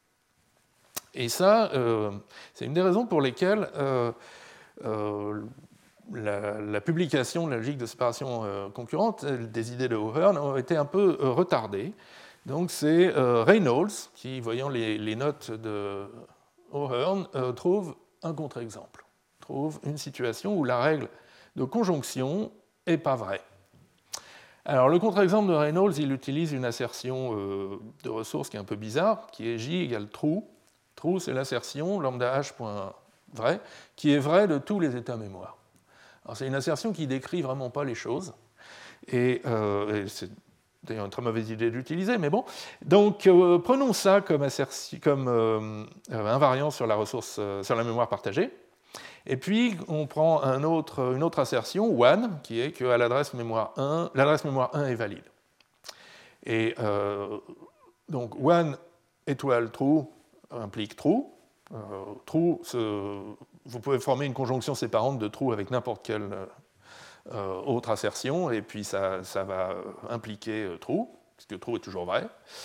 Et ça, euh, c'est une des raisons pour lesquelles euh, euh, la, la publication de la logique de séparation euh, concurrente des idées de O'Hearn a été un peu euh, retardée. Donc c'est euh, Reynolds qui, voyant les, les notes de O'Hearn, euh, trouve un contre-exemple, trouve une situation où la règle de conjonction n'est pas vraie. Alors le contre-exemple de Reynolds, il utilise une assertion euh, de ressources qui est un peu bizarre, qui est J égale true. True, c'est l'assertion lambda h.vrai, qui est vraie de tous les états mémoire. Alors, c'est une assertion qui ne décrit vraiment pas les choses, et, euh, et c'est d'ailleurs une très mauvaise idée d'utiliser, mais bon. Donc, euh, prenons ça comme, assertion, comme euh, invariant sur la, ressource, euh, sur la mémoire partagée, et puis on prend un autre, une autre assertion, one, qui est que à l'adresse mémoire un, l'adresse mémoire un est valide. Et euh, donc, one étoile true implique true. Euh, true, ce, vous pouvez former une conjonction séparante de true avec n'importe quelle euh, autre assertion, et puis ça, ça va impliquer euh, true, puisque true est toujours vrai.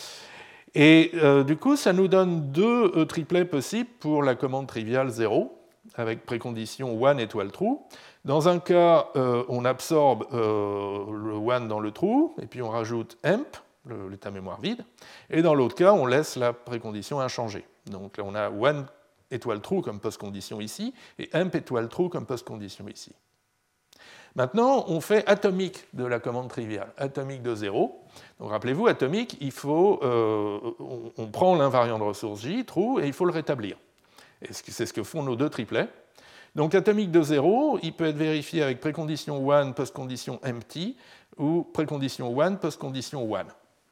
Et euh, du coup, ça nous donne deux euh, triplets possibles pour la commande triviale zéro, avec précondition one étoile true. Dans un cas, euh, on absorbe euh, le one dans le true, et puis on rajoute emp, l'état mémoire vide, et dans l'autre cas, on laisse la précondition inchangée. Donc là, on a one étoile true comme postcondition ici, et emp étoile true comme postcondition ici. Maintenant, on fait atomique de la commande triviale, atomique de zéro. Donc rappelez-vous, atomique, il faut, euh, on, on prend l'invariant de ressource J, true, et il faut le rétablir. Et c'est ce que font nos deux triplets. Donc atomique de zéro, il peut être vérifié avec précondition one, postcondition empty, ou précondition one, postcondition one.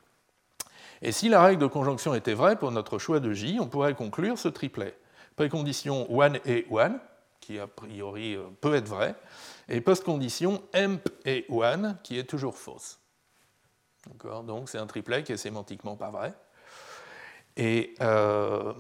Et si la règle de conjonction était vraie pour notre choix de J, on pourrait conclure ce triplet. Précondition one et one, qui a priori peut être vrai, et postcondition emp et one, qui est toujours fausse. D'accord ? Donc c'est un triplet qui est sémantiquement pas vrai. Et, euh,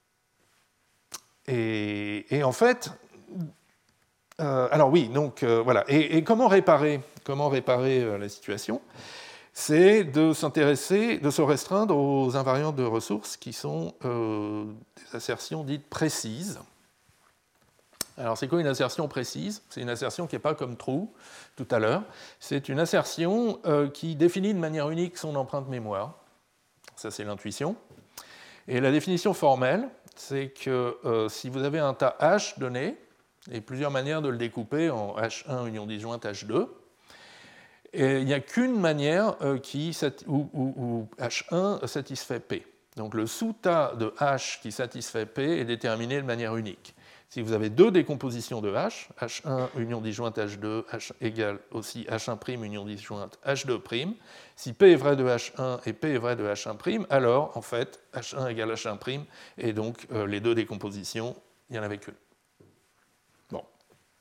et, et en fait, euh, alors oui, donc euh, voilà. Et, et comment réparer, comment réparer euh, la situation ? C'est de s'intéresser, de se restreindre aux invariants de ressources qui sont euh, des assertions dites précises. Alors, c'est quoi une assertion précise ? C'est une assertion qui n'est pas comme true tout à l'heure. C'est une assertion euh, qui définit de manière unique son empreinte mémoire. Ça, c'est l'intuition. Et la définition formelle, c'est que euh, si vous avez un tas H donné, il y a plusieurs manières de le découper en H un union disjointe H deux. Et il n'y a qu'une manière euh, qui, où, où, où H un satisfait P. Donc le sous-tas de H qui satisfait P est déterminé de manière unique. Si vous avez deux décompositions de H, H un union disjointe H deux, H égale aussi H un' union disjointe H deux', si P est vrai de H un et P est vrai de H un', alors en fait H un égale H un', et donc euh, les deux décompositions, il n'y en avait qu'une. Bon.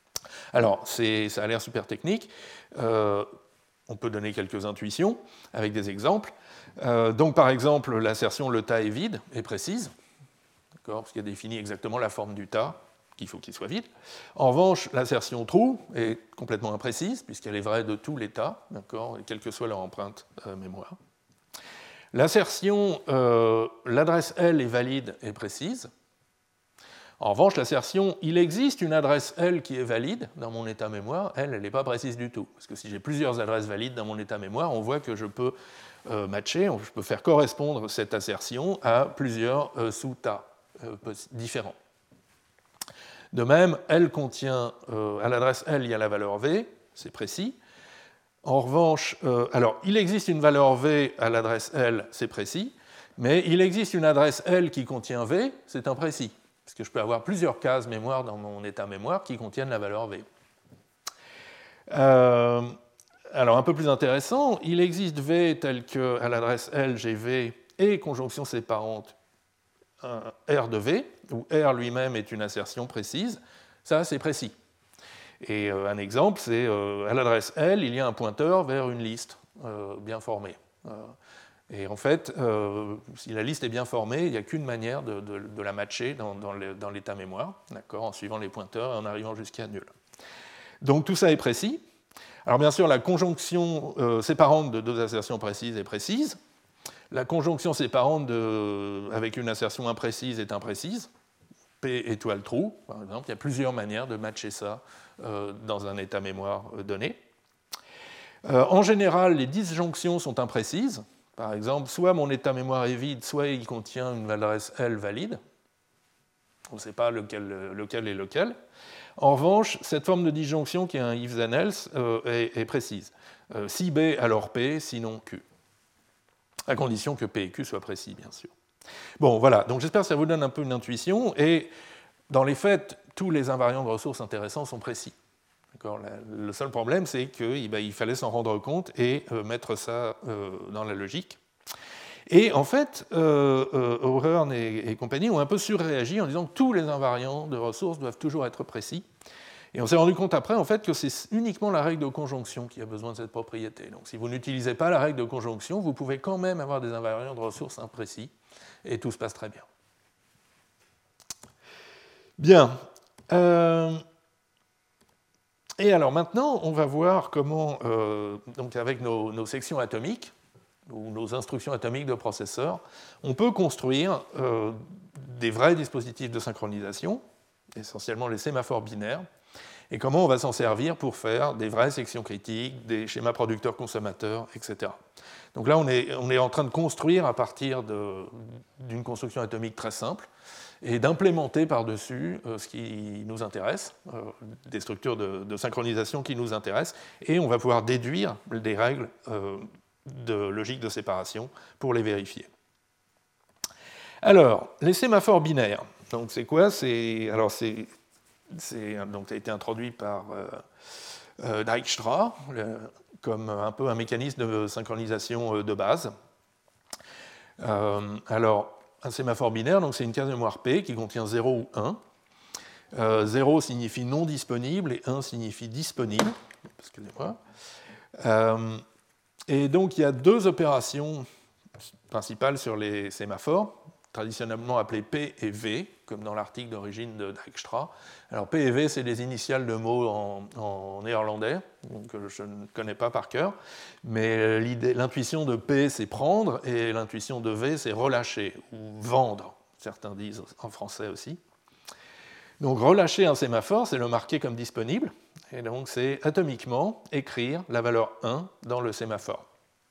Alors, c'est, ça a l'air super technique. Euh, on peut donner quelques intuitions avec des exemples. Euh, donc, par exemple, l'assertion « le tas est vide » est précise, parce qu'elle définit exactement la forme du tas, qu'il faut qu'il soit vide. En revanche, l'assertion « true » est complètement imprécise, puisqu'elle est vraie de tous les tas, quelle que soit leur empreinte euh, mémoire. L'assertion euh, « l'adresse L est valide » est précise. En revanche, l'assertion « il existe une adresse L qui est valide dans mon état mémoire », elle, elle n'est pas précise du tout. Parce que si j'ai plusieurs adresses valides dans mon état mémoire, on voit que je peux euh, matcher, je peux faire correspondre cette assertion à plusieurs euh, sous-tas euh, différents. De même, L contient, euh, à l'adresse L, il y a la valeur V, c'est précis. En revanche, euh, alors, il existe une valeur V à l'adresse L, c'est précis, mais il existe une adresse L qui contient V, c'est imprécis, parce que je peux avoir plusieurs cases mémoire dans mon état mémoire qui contiennent la valeur V. Euh, alors, un peu plus intéressant, il existe V tel qu'à l'adresse L, j'ai V et conjonction séparante R de V, où R lui-même est une assertion précise, ça c'est précis. Et euh, un exemple, c'est euh, à l'adresse L, il y a un pointeur vers une liste euh, bien formée. Euh, et en fait, euh, si la liste est bien formée, il n'y a qu'une manière de, de, de la matcher dans, dans, le, dans l'état mémoire, en suivant les pointeurs et en arrivant jusqu'à nul. Donc tout ça est précis. Alors bien sûr, la conjonction euh, séparante de deux assertions précises est précise. La conjonction séparante de, avec une assertion imprécise est imprécise. P étoile true, par exemple. Il y a plusieurs manières de matcher ça euh, dans un état mémoire donné. Euh, en général, les disjonctions sont imprécises. Par exemple, soit mon état mémoire est vide, soit il contient une adresse L valide. On ne sait pas lequel, lequel est lequel. En revanche, cette forme de disjonction, qui est un if then else, euh, est, est précise. Euh, si B, alors P, sinon Q. À condition que P et Q soient précis, bien sûr. Bon, voilà, donc j'espère que ça vous donne un peu une intuition, et dans les faits, tous les invariants de ressources intéressants sont précis. D'accord ? Le seul problème, c'est qu'il ben, fallait s'en rendre compte et euh, mettre ça euh, dans la logique. Et en fait, euh, euh, O'Hearn et, et compagnie ont un peu surréagi en disant que tous les invariants de ressources doivent toujours être précis. Et on s'est rendu compte après, en fait, que c'est uniquement la règle de conjonction qui a besoin de cette propriété. Donc si vous n'utilisez pas la règle de conjonction, vous pouvez quand même avoir des invariants de ressources imprécis, et tout se passe très bien. Bien. Euh... Et alors maintenant, on va voir comment, euh, donc avec nos, nos sections atomiques, ou nos instructions atomiques de processeurs, on peut construire euh, des vrais dispositifs de synchronisation, essentiellement les sémaphores binaires, et comment on va s'en servir pour faire des vraies sections critiques, des schémas producteurs-consommateurs, et cetera. Donc là, on est, on est en train de construire à partir de, d'une construction atomique très simple, et d'implémenter par-dessus euh, ce qui nous intéresse, euh, des structures de, de synchronisation qui nous intéressent, et on va pouvoir déduire des règles euh, de logique de séparation pour les vérifier. Alors, les sémaphores binaires, donc c'est quoi ? C'est, alors c'est, c'est, donc ça a été introduit par euh, euh, Dijkstra, le, comme un peu un mécanisme de synchronisation de base. Euh, alors, un sémaphore binaire, donc c'est une case mémoire P qui contient zéro ou un. Euh, zéro signifie non disponible et un signifie disponible. Excusez-moi. Euh, et donc il y a deux opérations principales sur les sémaphores, traditionnellement appelées P et V, comme dans l'article d'origine de Dijkstra. Alors P et V, c'est les initiales de mots en, en néerlandais, que je ne connais pas par cœur, mais l'intuition de P, c'est prendre, et l'intuition de V, c'est relâcher, ou vendre, certains disent en français aussi. Donc relâcher un sémaphore, c'est le marquer comme disponible, et donc c'est atomiquement écrire la valeur un dans le sémaphore.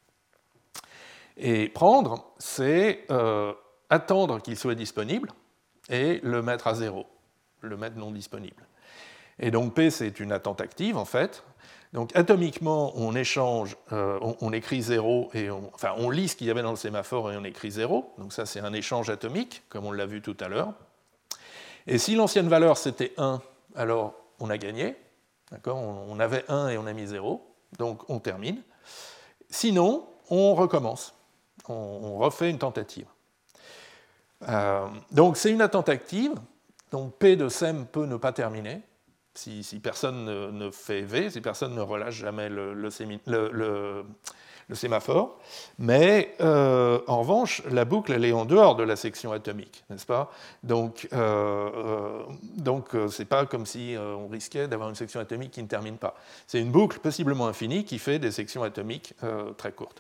Et prendre, c'est euh, attendre qu'il soit disponible et le mettre à zéro, le mettre non disponible. Et donc P, c'est une attente active, en fait. Donc atomiquement, on échange, euh, on, on écrit zéro, et on, enfin on lit ce qu'il y avait dans le sémaphore et on écrit zéro. Donc ça, c'est un échange atomique, comme on l'a vu tout à l'heure. Et si l'ancienne valeur, c'était un, alors on a gagné. D'accord ? On avait un et on a mis zéro, donc on termine. Sinon, on recommence. On, on refait une tentative. Euh, donc c'est une attente active. Donc P de S E M peut ne pas terminer. si, si personne ne, ne fait V, si personne ne relâche jamais le, le, sémi, le, le, le sémaphore. Mais euh, en revanche, la boucle, elle est en dehors de la section atomique, n'est-ce pas? Donc, euh, euh, donc euh, c'est pas comme si euh, on risquait d'avoir une section atomique qui ne termine pas. C'est une boucle possiblement infinie qui fait des sections atomiques euh, très courtes.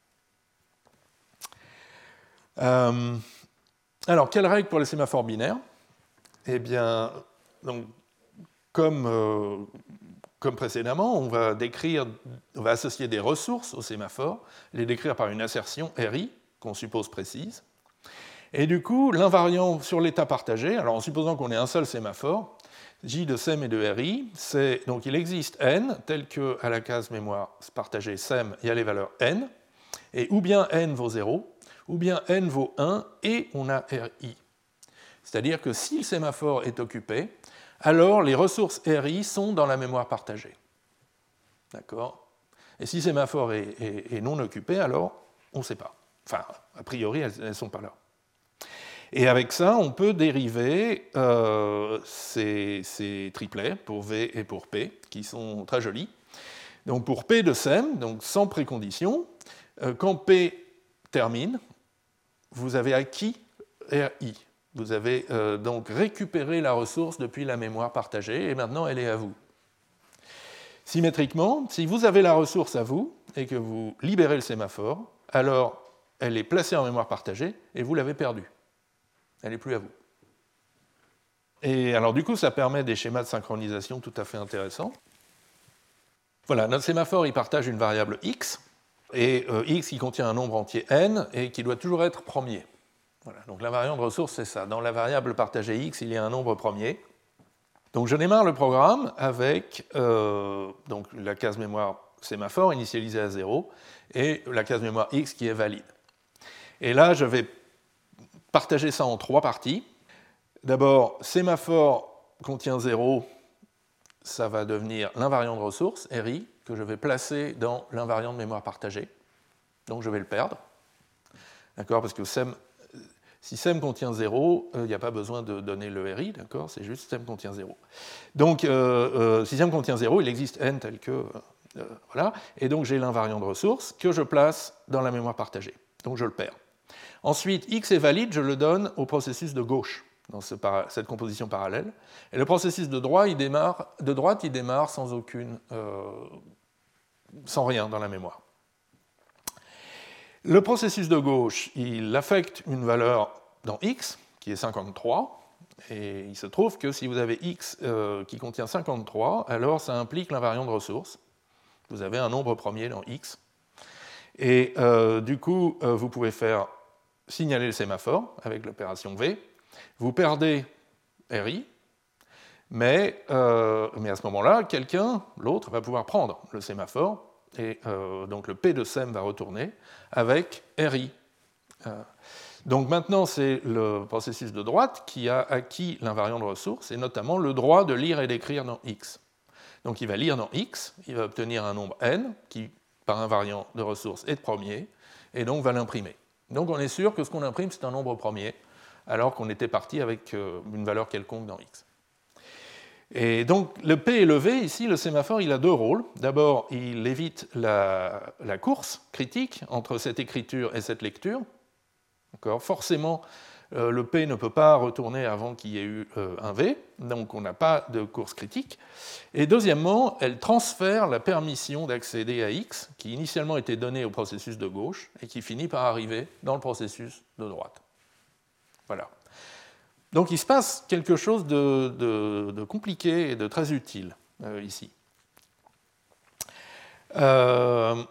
Euh, alors, quelle règle pour les sémaphores binaires? Eh bien, donc, comme, euh, comme précédemment, on va, décrire, on va associer des ressources au sémaphore, les décrire par une assertion R I, qu'on suppose précise. Et du coup, l'invariant sur l'état partagé, alors en supposant qu'on ait un seul sémaphore, J de S E M et de R I, c'est, donc il existe N, tel qu'à la case mémoire partagée S E M, il y a les valeurs N, et ou bien N vaut zéro, ou bien N vaut un, et on a R I. C'est-à-dire que si le sémaphore est occupé, alors les ressources R I sont dans la mémoire partagée. D'accord? Et si le sémaphore est, est, est non occupé, alors on ne sait pas. Enfin, a priori, elles ne sont pas là. Et avec ça, on peut dériver euh, ces, ces triplets pour V et pour P, qui sont très jolis. Donc pour P de S E M, donc sans précondition, euh, quand P termine, vous avez acquis R I. Vous avez euh, donc récupéré la ressource depuis la mémoire partagée, et maintenant elle est à vous. Symétriquement, si vous avez la ressource à vous, et que vous libérez le sémaphore, alors elle est placée en mémoire partagée, et vous l'avez perdue. Elle n'est plus à vous. Et alors du coup, ça permet des schémas de synchronisation tout à fait intéressants. Voilà, notre sémaphore, il partage une variable x, et euh, x qui contient un nombre entier n, et qui doit toujours être premier. Voilà, donc l'invariant de ressource, c'est ça. Dans la variable partagée x, il y a un nombre premier. Donc je démarre le programme avec euh, donc la case mémoire sémaphore initialisée à zéro, et la case mémoire x qui est valide. Et là, je vais partager ça en trois parties. D'abord, sémaphore contient zéro, ça va devenir l'invariant de ressource, R I, que je vais placer dans l'invariant de mémoire partagée. Donc je vais le perdre. D'accord? Parce que S E M, si S E M contient zéro, il n'y a pas besoin de donner le R I, d'accord? C'est juste S E M contient zéro. Donc, euh, euh, si S E M contient zéro, il existe N tel que... Euh, voilà. Et donc j'ai l'invariant de ressource que je place dans la mémoire partagée. Donc je le perds. Ensuite, X est valide, je le donne au processus de gauche, dans ce para- cette composition parallèle. Et le processus de, droit, il démarre, de droite, il démarre sans aucune, euh, sans rien dans la mémoire. Le processus de gauche, il affecte une valeur dans X, qui est cinquante-trois, et il se trouve que si vous avez X euh, qui contient cinquante-trois, alors ça implique l'invariant de ressource. Vous avez un nombre premier dans X. Et euh, du coup, euh, vous pouvez faire signaler le sémaphore avec l'opération V. Vous perdez R I, mais, euh, mais à ce moment-là, quelqu'un, l'autre, va pouvoir prendre le sémaphore, et euh, donc le P de S E M va retourner avec R I. Euh, donc maintenant, c'est le processus de droite qui a acquis l'invariant de ressource, et notamment le droit de lire et d'écrire dans X. Donc il va lire dans X, il va obtenir un nombre N, qui, par invariant de ressource, est de premier, et donc va l'imprimer. Donc on est sûr que ce qu'on imprime, c'est un nombre premier, alors qu'on était parti avec une valeur quelconque dans X. Et donc le P et le V, ici, le sémaphore, il a deux rôles. D'abord, il évite la, la course critique entre cette écriture et cette lecture. D'accord ? Forcément, euh, le P ne peut pas retourner avant qu'il y ait eu euh, un V, donc on n'a pas de course critique. Et deuxièmement, elle transfère la permission d'accéder à X, qui initialement était donnée au processus de gauche, et qui finit par arriver dans le processus de droite. Voilà. Donc il se passe quelque chose de, de, de compliqué et de très utile euh, ici. Euh...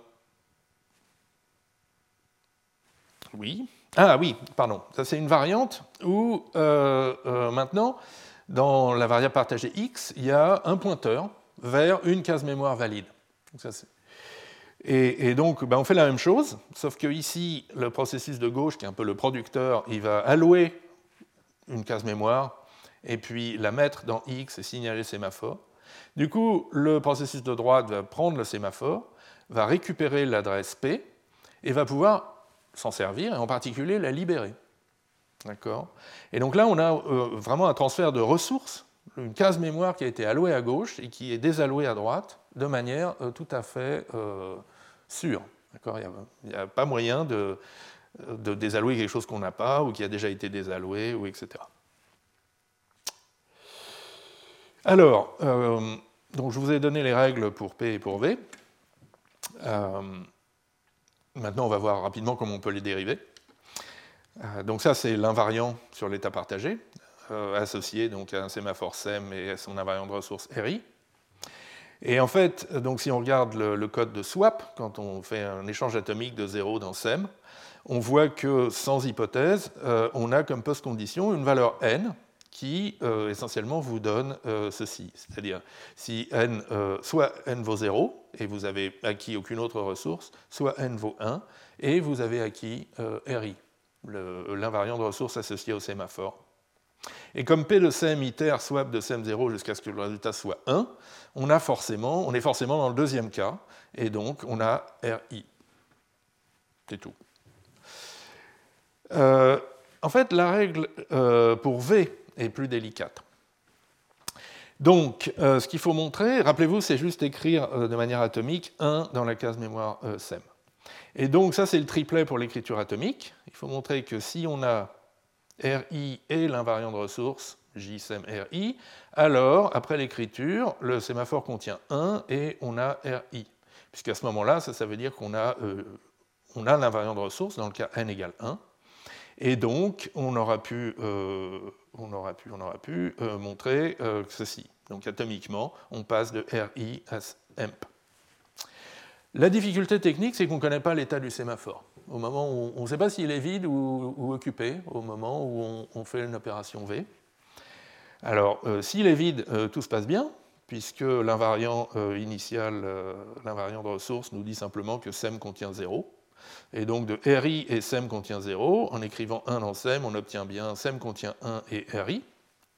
Oui. Ah oui, pardon. Ça c'est une variante où euh, euh, maintenant, dans la variable partagée X, il y a un pointeur vers une case mémoire valide. Donc ça, c'est... Et, et donc, ben, on fait la même chose, sauf que ici, le processus de gauche, qui est un peu le producteur, il va allouer une case mémoire, et puis la mettre dans X et signaler le sémaphore. Du coup, le processus de droite va prendre le sémaphore, va récupérer l'adresse P, et va pouvoir s'en servir, et en particulier la libérer. D'accord ? Et donc là, on a euh, vraiment un transfert de ressources une case mémoire qui a été allouée à gauche et qui est désallouée à droite de manière euh, tout à fait euh, sûre. Il n'y a, a pas moyen de, de désallouer quelque chose qu'on n'a pas ou qui a déjà été désalloué, ou et cetera. Alors, euh, donc je vous ai donné les règles pour P et pour V. Euh, maintenant, on va voir rapidement comment on peut les dériver. Euh, donc ça, c'est l'invariant sur l'état partagé, euh, associé donc, à un sémaphore S E M et à son invariant de ressource R I. Et en fait, donc, si on regarde le, le code de swap, quand on fait un échange atomique de zéro dans S E M, on voit que, sans hypothèse, euh, on a comme post-condition une valeur n qui, euh, essentiellement, vous donne euh, ceci. C'est-à-dire, si n, euh, soit n vaut zéro, et vous avez acquis aucune autre ressource, soit n vaut un, et vous avez acquis euh, R I, l'invariant de ressource associé au sémaphore. Et comme P de S E M itère swap de S E M zéro jusqu'à ce que le résultat soit un, on, a forcément, on est forcément dans le deuxième cas, et donc on a R I. C'est tout. Euh, en fait, la règle euh, pour V est plus délicate. Donc, euh, ce qu'il faut montrer, rappelez-vous, c'est juste écrire euh, de manière atomique un dans la case mémoire euh, S E M. Et donc, ça, c'est le triplet pour l'écriture atomique. Il faut montrer que si on a R I et l'invariant de ressource, J S E M R I, alors, après l'écriture, le sémaphore contient un et on a R I. Puisqu'à ce moment-là, ça, ça veut dire qu'on a, euh, on a l'invariant de ressource, dans le cas n égale un. Et donc, on aura pu, euh, on aura pu, on aura pu euh, montrer euh, ceci. Donc, atomiquement, on passe de R I à S E M P. La difficulté technique, c'est qu'on ne connaît pas l'état du sémaphore. Au moment où on ne sait pas s'il est vide ou, ou occupé, au moment où on, on fait une opération V. Alors, euh, s'il est vide, euh, tout se passe bien, puisque l'invariant euh, initial, euh, l'invariant de ressource, nous dit simplement que S E M contient zéro. Et donc de R I et S E M contient zéro, en écrivant un dans S E M, on obtient bien S E M contient un et R I.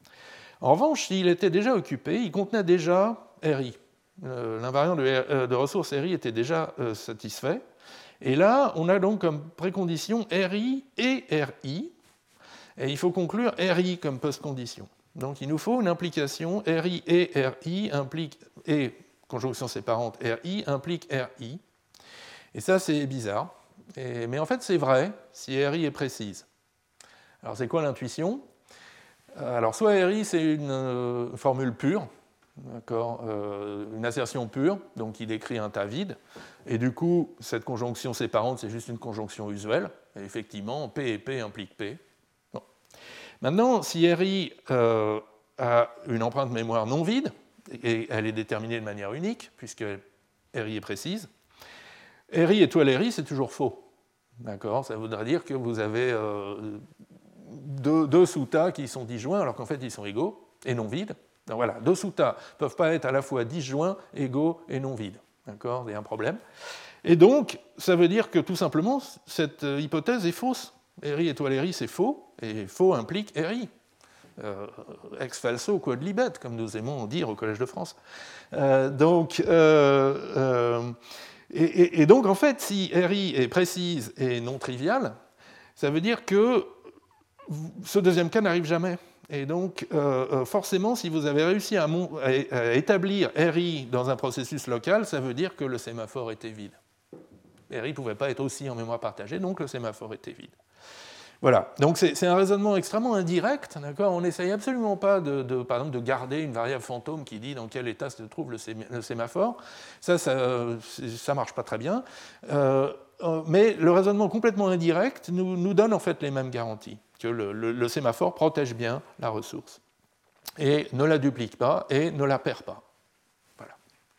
En revanche, s'il était déjà occupé, il contenait déjà R I. Euh, l'invariant de, euh, de ressource R I était déjà euh, satisfait. Et là, on a donc comme précondition R I et R I. Et il faut conclure R I comme post-condition. Donc il nous faut une implication R I et R I implique, et conjonction séparante R I implique R I. Et ça, c'est bizarre. Et, mais en fait, c'est vrai si R I est précise. Alors, c'est quoi l'intuition ? Alors, soit R I, c'est une euh, formule pure, d'accord, euh, une assertion pure, donc qui décrit un tas vide. Et du coup, cette conjonction séparante, c'est juste une conjonction usuelle. Et effectivement, P et P impliquent P. Bon. Maintenant, si R I euh, a une empreinte mémoire non vide, et elle est déterminée de manière unique, puisque R I est précise, R I étoile R I, c'est toujours faux. D'accord ? Ça voudrait dire que vous avez euh, deux, deux sous-tas qui sont disjoints, alors qu'en fait, ils sont égaux et non vides. Donc voilà, deux sous-tas ne peuvent pas être à la fois disjoints, égaux et non vides. D'accord ? Il y a un problème. Et donc, ça veut dire que tout simplement, cette hypothèse est fausse. R I étoile R I, c'est faux, et faux implique R I. Euh, ex falso quod libet, comme nous aimons dire au Collège de France. Euh, donc, euh, euh, Et, et, et donc, en fait, si R I est précise et non triviale, ça veut dire que ce deuxième cas n'arrive jamais. Et donc, euh, forcément, si vous avez réussi à, mon, à, à établir R I dans un processus local, ça veut dire que le sémaphore était vide. R I ne pouvait pas être aussi en mémoire partagée, donc le sémaphore était vide. Voilà, donc c'est, c'est un raisonnement extrêmement indirect, d'accord ? On n'essaye absolument pas, de, de, par exemple, de garder une variable fantôme qui dit dans quel état se trouve le, séma, le sémaphore. Ça, ça ne marche pas très bien. Euh, mais le raisonnement complètement indirect nous, nous donne en fait les mêmes garanties, que le, le, le sémaphore protège bien la ressource, et ne la duplique pas, et ne la perd pas. Voilà.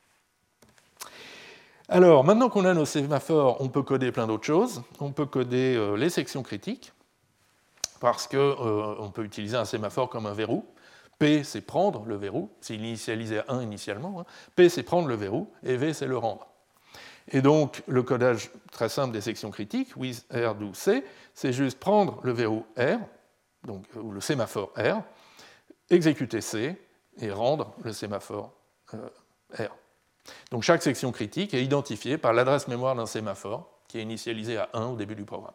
Alors, maintenant qu'on a nos sémaphores, on peut coder plein d'autres choses. On peut coder euh, les sections critiques, parce qu'on euh, peut utiliser un sémaphore comme un verrou. P, c'est prendre le verrou, c'est initialisé à un initialement. Hein. P, c'est prendre le verrou, et V, c'est le rendre. Et donc, le codage très simple des sections critiques, with R do C, c'est juste prendre le verrou R, donc, ou le sémaphore R, exécuter C, et rendre le sémaphore euh, R. Donc, chaque section critique est identifiée par l'adresse mémoire d'un sémaphore, qui est initialisé à un au début du programme.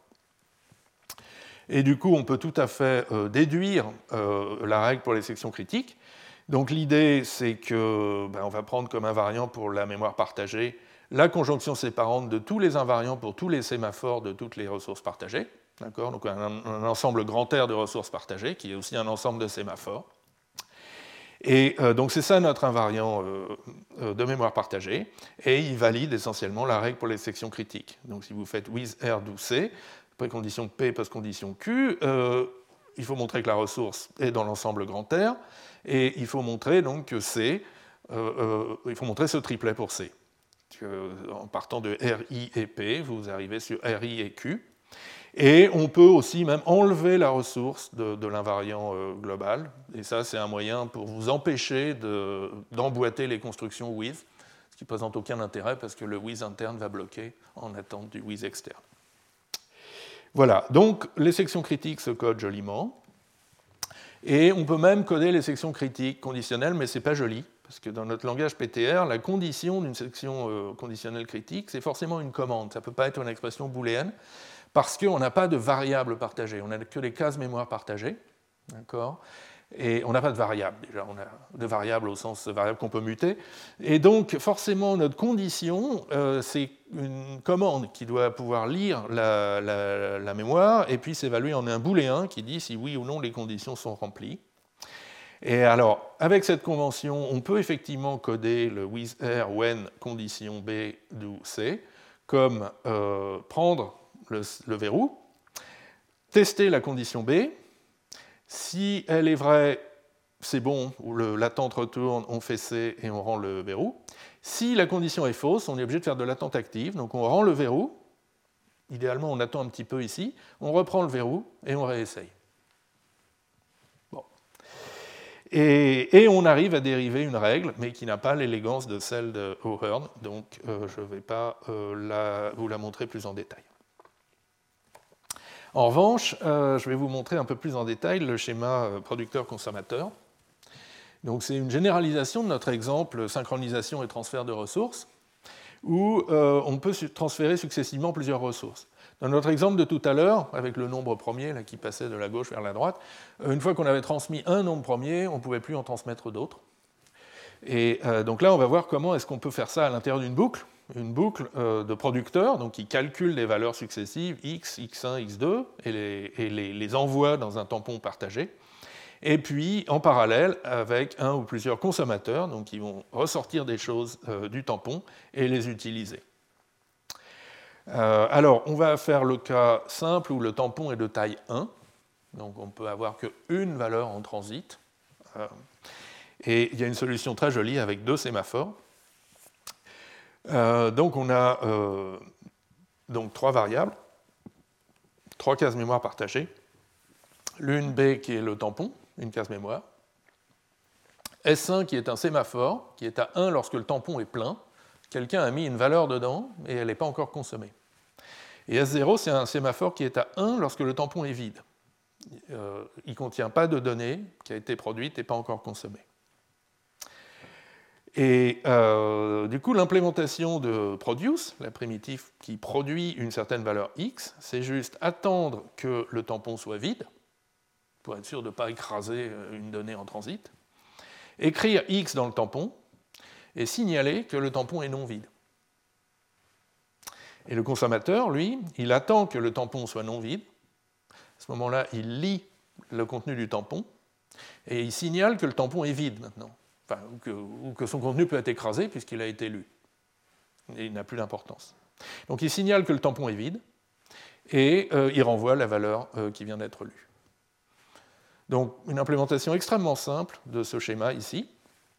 Et du coup, on peut tout à fait euh, déduire euh, la règle pour les sections critiques, Donc l'idée, c'est qu'on ben, va prendre comme invariant pour la mémoire partagée la conjonction séparante de tous les invariants pour tous les sémaphores de toutes les ressources partagées. D'accord ? Donc un, un ensemble grand R de ressources partagées, qui est aussi un ensemble de sémaphores. Et euh, donc c'est ça notre invariant euh, de mémoire partagée, et il valide essentiellement la règle pour les sections critiques. Donc si vous faites with R do C, précondition P, postcondition Q, euh, il faut montrer que la ressource est dans l'ensemble grand R, et il faut montrer donc que C, euh, euh, il faut montrer ce triplet pour C. Que, en partant de R I et P, vous arrivez sur R I et Q. Et on peut aussi même enlever la ressource de, de l'invariant euh, global. Et ça, c'est un moyen pour vous empêcher de, d'emboîter les constructions with, ce qui ne présente aucun intérêt parce que le with interne va bloquer en attente du with externe. Voilà, donc les sections critiques se codent joliment. Et on peut même coder les sections critiques conditionnelles, mais ce n'est pas joli, parce que dans notre langage P T R, la condition d'une section euh, conditionnelle critique, c'est forcément une commande. Ça ne peut pas être une expression booléenne, parce qu'on n'a pas de variables partagées, on n'a que les cases mémoire partagées, d'accord ? Et on n'a pas de variables, déjà, on a de variables au sens de variables qu'on peut muter. Et donc, forcément, notre condition, euh, c'est une commande qui doit pouvoir lire la, la, la mémoire et puis s'évaluer en un booléen qui dit si oui ou non les conditions sont remplies. Et alors, avec cette convention, on peut effectivement coder le with R when condition B do C, comme euh, prendre le, le verrou, tester la condition B. Si elle est vraie, c'est bon, le, l'attente retourne, on fait C et on rend le verrou. Si la condition est fausse, on est obligé de faire de l'attente active, donc on rend le verrou. Idéalement, on attend un petit peu ici, on reprend le verrou et on réessaye. Bon. Et, et on arrive à dériver une règle, mais qui n'a pas l'élégance de celle de O'Hearn, donc euh, je ne vais pas euh, la, vous la montrer plus en détail. En revanche, euh, je vais vous montrer un peu plus en détail le schéma producteur-consommateur. Donc, c'est une généralisation de notre exemple synchronisation et transfert de ressources, où euh, on peut transférer successivement plusieurs ressources. Dans notre exemple de tout à l'heure, avec le nombre premier là, qui passait de la gauche vers la droite, une fois qu'on avait transmis un nombre premier, on ne pouvait plus en transmettre d'autres. Et euh, donc là, on va voir comment est-ce qu'on peut faire ça à l'intérieur d'une boucle. Une boucle euh, de producteur donc qui calcule des valeurs successives x, x un, x deux et, les, et les, les envoie dans un tampon partagé. Et puis en parallèle avec un ou plusieurs consommateurs donc qui vont ressortir des choses euh, du tampon et les utiliser. Euh, alors on va faire le cas simple où le tampon est de taille un, donc on peut avoir qu'une valeur en transit. Euh, et il y a une solution très jolie avec deux sémaphores. Euh, donc on a euh, donc trois variables, trois cases mémoire partagées, l'une B qui est le tampon, une case mémoire, S un qui est un sémaphore, qui est à un lorsque le tampon est plein, quelqu'un a mis une valeur dedans et elle n'est pas encore consommée. Et S zéro c'est un sémaphore qui est à un lorsque le tampon est vide. Euh, il ne contient pas de données qui a été produite et pas encore consommée. Et euh, du coup, l'implémentation de produce, la primitive qui produit une certaine valeur x, c'est juste attendre que le tampon soit vide, pour être sûr de ne pas écraser une donnée en transit, écrire x dans le tampon, et signaler que le tampon est non vide. Et le consommateur, lui, il attend que le tampon soit non vide. À ce moment-là, il lit le contenu du tampon, et il signale que le tampon est vide maintenant. Enfin, ou, que, ou que son contenu peut être écrasé puisqu'il a été lu. Et il n'a plus d'importance. Donc il signale que le tampon est vide et euh, il renvoie la valeur euh, qui vient d'être lue. Donc une implémentation extrêmement simple de ce schéma ici.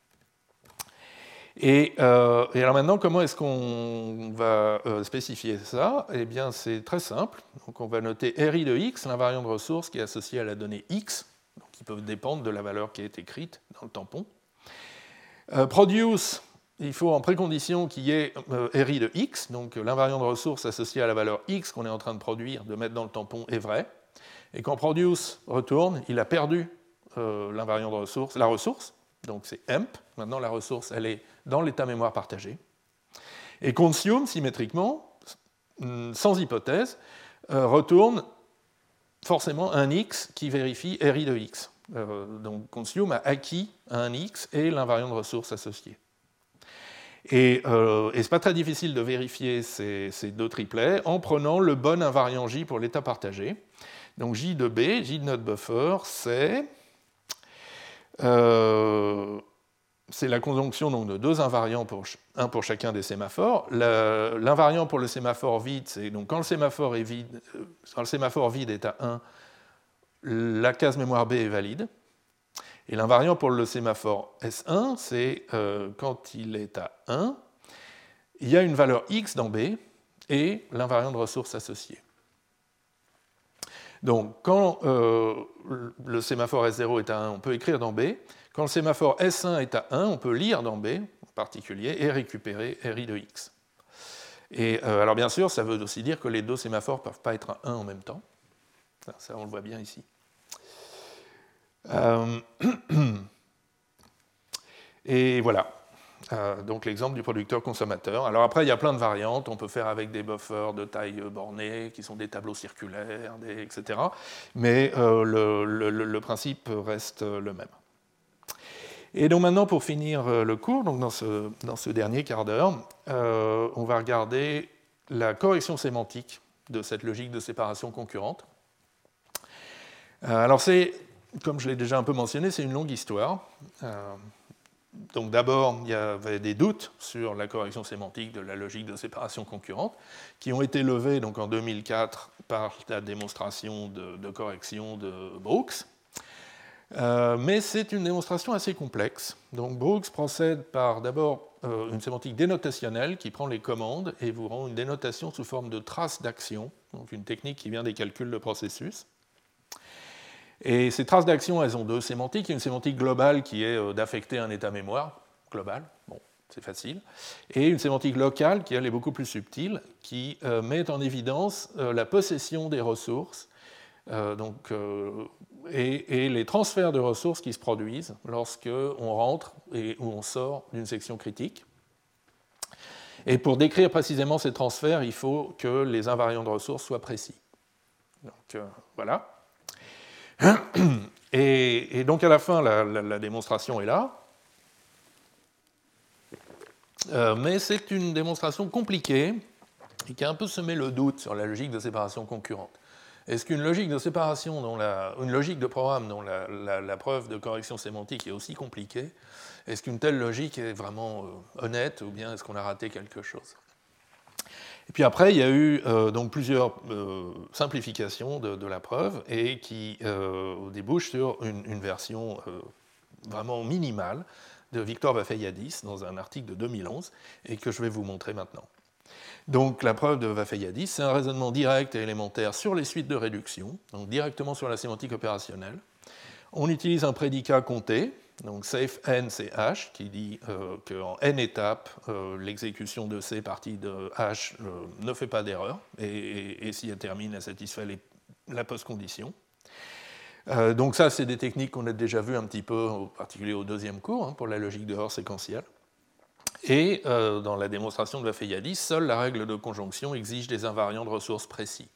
Et, euh, et alors maintenant, comment est-ce qu'on va euh, spécifier ça ? Eh bien, c'est très simple. Donc on va noter R I de x, l'invariant de ressources qui est associé à la donnée x, donc qui peut dépendre de la valeur qui est écrite dans le tampon. Euh, produce, il faut en précondition qu'il y ait euh, R I de x, donc l'invariant de ressources associé à la valeur x qu'on est en train de produire, de mettre dans le tampon est vrai. Et quand produce retourne, il a perdu euh, l'invariant de ressources, la ressource, donc c'est emp. Maintenant la ressource, elle est dans l'état mémoire partagé. Et consume, symétriquement, sans hypothèse, euh, retourne forcément un x qui vérifie R I de x. Euh, donc consume a acquis un X et l'invariant de ressources associé. Et, euh, et ce n'est pas très difficile de vérifier ces, ces deux triplets en prenant le bon invariant J pour l'état partagé. Donc J de B, J de notre buffer, c'est euh, c'est la conjonction donc, de deux invariants, pour, un pour chacun des sémaphores. La, l'invariant pour le sémaphore vide, c'est donc quand le sémaphore, est vide, quand le sémaphore vide est à un, la case mémoire B est valide. Et l'invariant pour le sémaphore S un, c'est euh, quand il est à un, il y a une valeur X dans B et l'invariant de ressources associé. Donc, quand euh, le sémaphore S zéro est à un, on peut écrire dans B. Quand le sémaphore S un est à un, on peut lire dans B, en particulier, et récupérer R I de X. Et euh, alors, bien sûr, ça veut aussi dire que les deux sémaphores ne peuvent pas être à un en même temps. Ça, ça on le voit bien ici. Euh... Et voilà. Euh, donc l'exemple du producteur-consommateur. Alors après, il y a plein de variantes. On peut faire avec des buffers de taille bornée, qui sont des tableaux circulaires, des, et cetera. Mais euh, le, le, le principe reste le même. Et donc maintenant, pour finir le cours, donc dans, ce, dans ce dernier quart d'heure, euh, on va regarder la correction sémantique de cette logique de séparation concurrente. Euh, alors c'est, comme je l'ai déjà un peu mentionné, c'est une longue histoire. Euh, Donc d'abord, il y avait des doutes sur la correction sémantique de la logique de séparation concurrente, qui ont été levés donc, en deux mille quatre par la démonstration de, de correction de Brooks. Euh, mais c'est une démonstration assez complexe. Donc Brooks procède par d'abord euh, une sémantique dénotationnelle qui prend les commandes et vous rend une dénotation sous forme de traces d'action, donc une technique qui vient des calculs de processus. Et ces traces d'action, elles ont deux sémantiques. Il y a une sémantique globale qui est d'affecter un état mémoire global, bon, c'est facile, et une sémantique locale qui, elle, est beaucoup plus subtile, qui euh, met en évidence euh, la possession des ressources euh, donc, euh, et, et les transferts de ressources qui se produisent lorsqu'on rentre et ou on sort d'une section critique. Et pour décrire précisément ces transferts, il faut que les invariants de ressources soient précis. Donc euh, voilà. Et, et donc à la fin, la, la, la démonstration est là. Euh, mais c'est une démonstration compliquée et qui a un peu semé le doute sur la logique de séparation concurrente. Est-ce qu'une logique de séparation, dont la, une logique de programme dont la, la, la preuve de correction sémantique est aussi compliquée, est-ce qu'une telle logique est vraiment euh, honnête ou bien est-ce qu'on a raté quelque chose ? Et puis après, il y a eu euh, donc plusieurs euh, simplifications de, de la preuve et qui euh, débouchent sur une, une version euh, vraiment minimale de Victor Vassiliadis dans un article de deux mille onze et que je vais vous montrer maintenant. Donc la preuve de Vassiliadis, c'est un raisonnement direct et élémentaire sur les suites de réduction, donc directement sur la sémantique opérationnelle. On utilise un prédicat compté, donc safe n c'est h, qui dit euh, qu'en n étapes, euh, l'exécution de C partie de h euh, ne fait pas d'erreur, et, et, et si elle termine, elle satisfait les, la post-condition. Euh, donc ça, c'est des techniques qu'on a déjà vues un petit peu, en particulier au deuxième cours, hein, pour la logique de Hort séquentielle. Et euh, dans la démonstration de Vassiliadis, seule la règle de conjonction exige des invariants de ressources précis.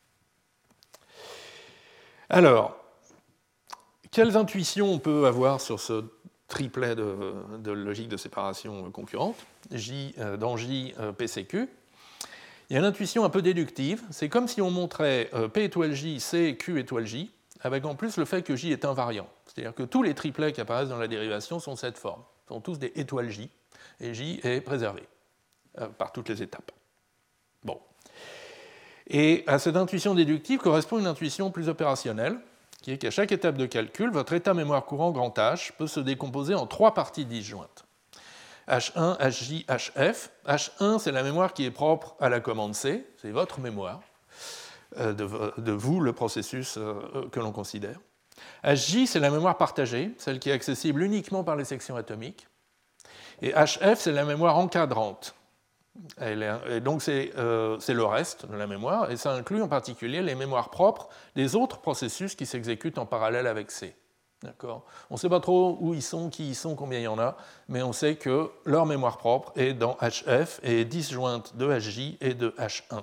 Alors, quelles intuitions on peut avoir sur ce triplet de, de logique de séparation concurrente, J, euh, dans J, euh, P C Q? Il y a une intuition un peu déductive. C'est comme si on montrait euh, P étoile J, C, Q étoile J, avec en plus le fait que J est invariant. C'est-à-dire que tous les triplets qui apparaissent dans la dérivation sont cette forme, sont tous des étoiles J, et J est préservé euh, par toutes les étapes. Bon. Et à cette intuition déductive correspond une intuition plus opérationnelle, qui est qu'à chaque étape de calcul, votre état mémoire courant grand H peut se décomposer en trois parties disjointes. H un, H J, H F. H un, c'est la mémoire qui est propre à la commande C, c'est votre mémoire, euh, de, de vous, le processus euh, que l'on considère. H J, c'est la mémoire partagée, celle qui est accessible uniquement par les sections atomiques. Et H F, c'est la mémoire encadrante. Elle est, et donc c'est, euh, c'est le reste de la mémoire, et ça inclut en particulier les mémoires propres des autres processus qui s'exécutent en parallèle avec C. D'accord ? On ne sait pas trop où ils sont, qui ils sont, combien il y en a, mais on sait que leur mémoire propre est dans H F et est disjointe de H J et de H un.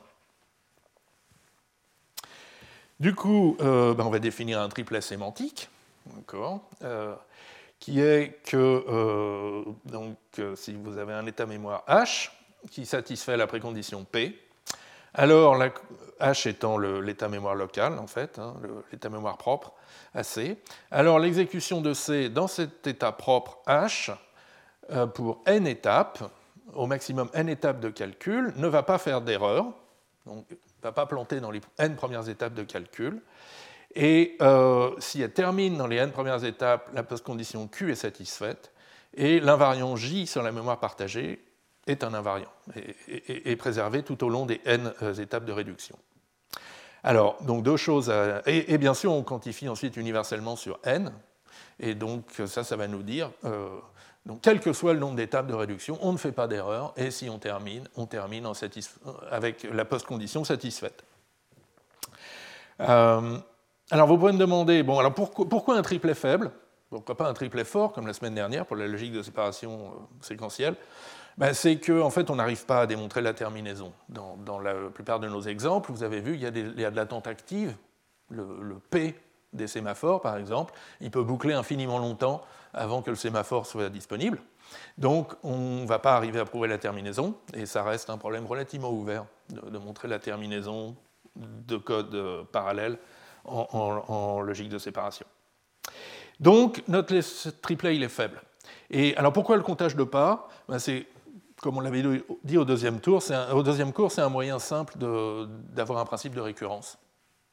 Du coup, euh, ben on va définir un triplet sémantique d'accord, euh, qui est que euh, donc, euh, si vous avez un état mémoire H qui satisfait la précondition P, alors la, H étant le, l'état mémoire local, en fait, hein, le, l'état mémoire propre à C, alors l'exécution de C dans cet état propre H, euh, pour n étapes, au maximum n étapes de calcul, ne va pas faire d'erreur, donc ne va pas planter dans les n premières étapes de calcul, et euh, si elle termine dans les n premières étapes, la postcondition Q est satisfaite, et l'invariant J sur la mémoire partagée est un invariant, et est préservé tout au long des n étapes de réduction. Alors, donc deux choses, à... et, et bien sûr, on quantifie ensuite universellement sur n, et donc ça, ça va nous dire, euh, donc, quel que soit le nombre d'étapes de réduction, on ne fait pas d'erreur, et si on termine, on termine en satisf... avec la postcondition satisfaite. Euh, alors, vous pouvez me demander, bon, alors pourquoi, pourquoi un triplet faible? Pourquoi pas un triplet fort, comme la semaine dernière, pour la logique de séparation euh, séquentielle? Ben, c'est qu'en en fait, on n'arrive pas à démontrer la terminaison. Dans, dans la plupart de nos exemples, vous avez vu, il y a, des, il y a de l'attente active, le, le P des sémaphores, par exemple, il peut boucler infiniment longtemps avant que le sémaphore soit disponible. Donc, on ne va pas arriver à prouver la terminaison, et ça reste un problème relativement ouvert de, de montrer la terminaison de code parallèle en, en, en logique de séparation. Donc, notre triplet, il est faible. Et alors, pourquoi le comptage de pas? Ben, c'est comme on l'avait dit au deuxième tour, c'est un, au deuxième cours, c'est un moyen simple de, d'avoir un principe de récurrence. D'accord ?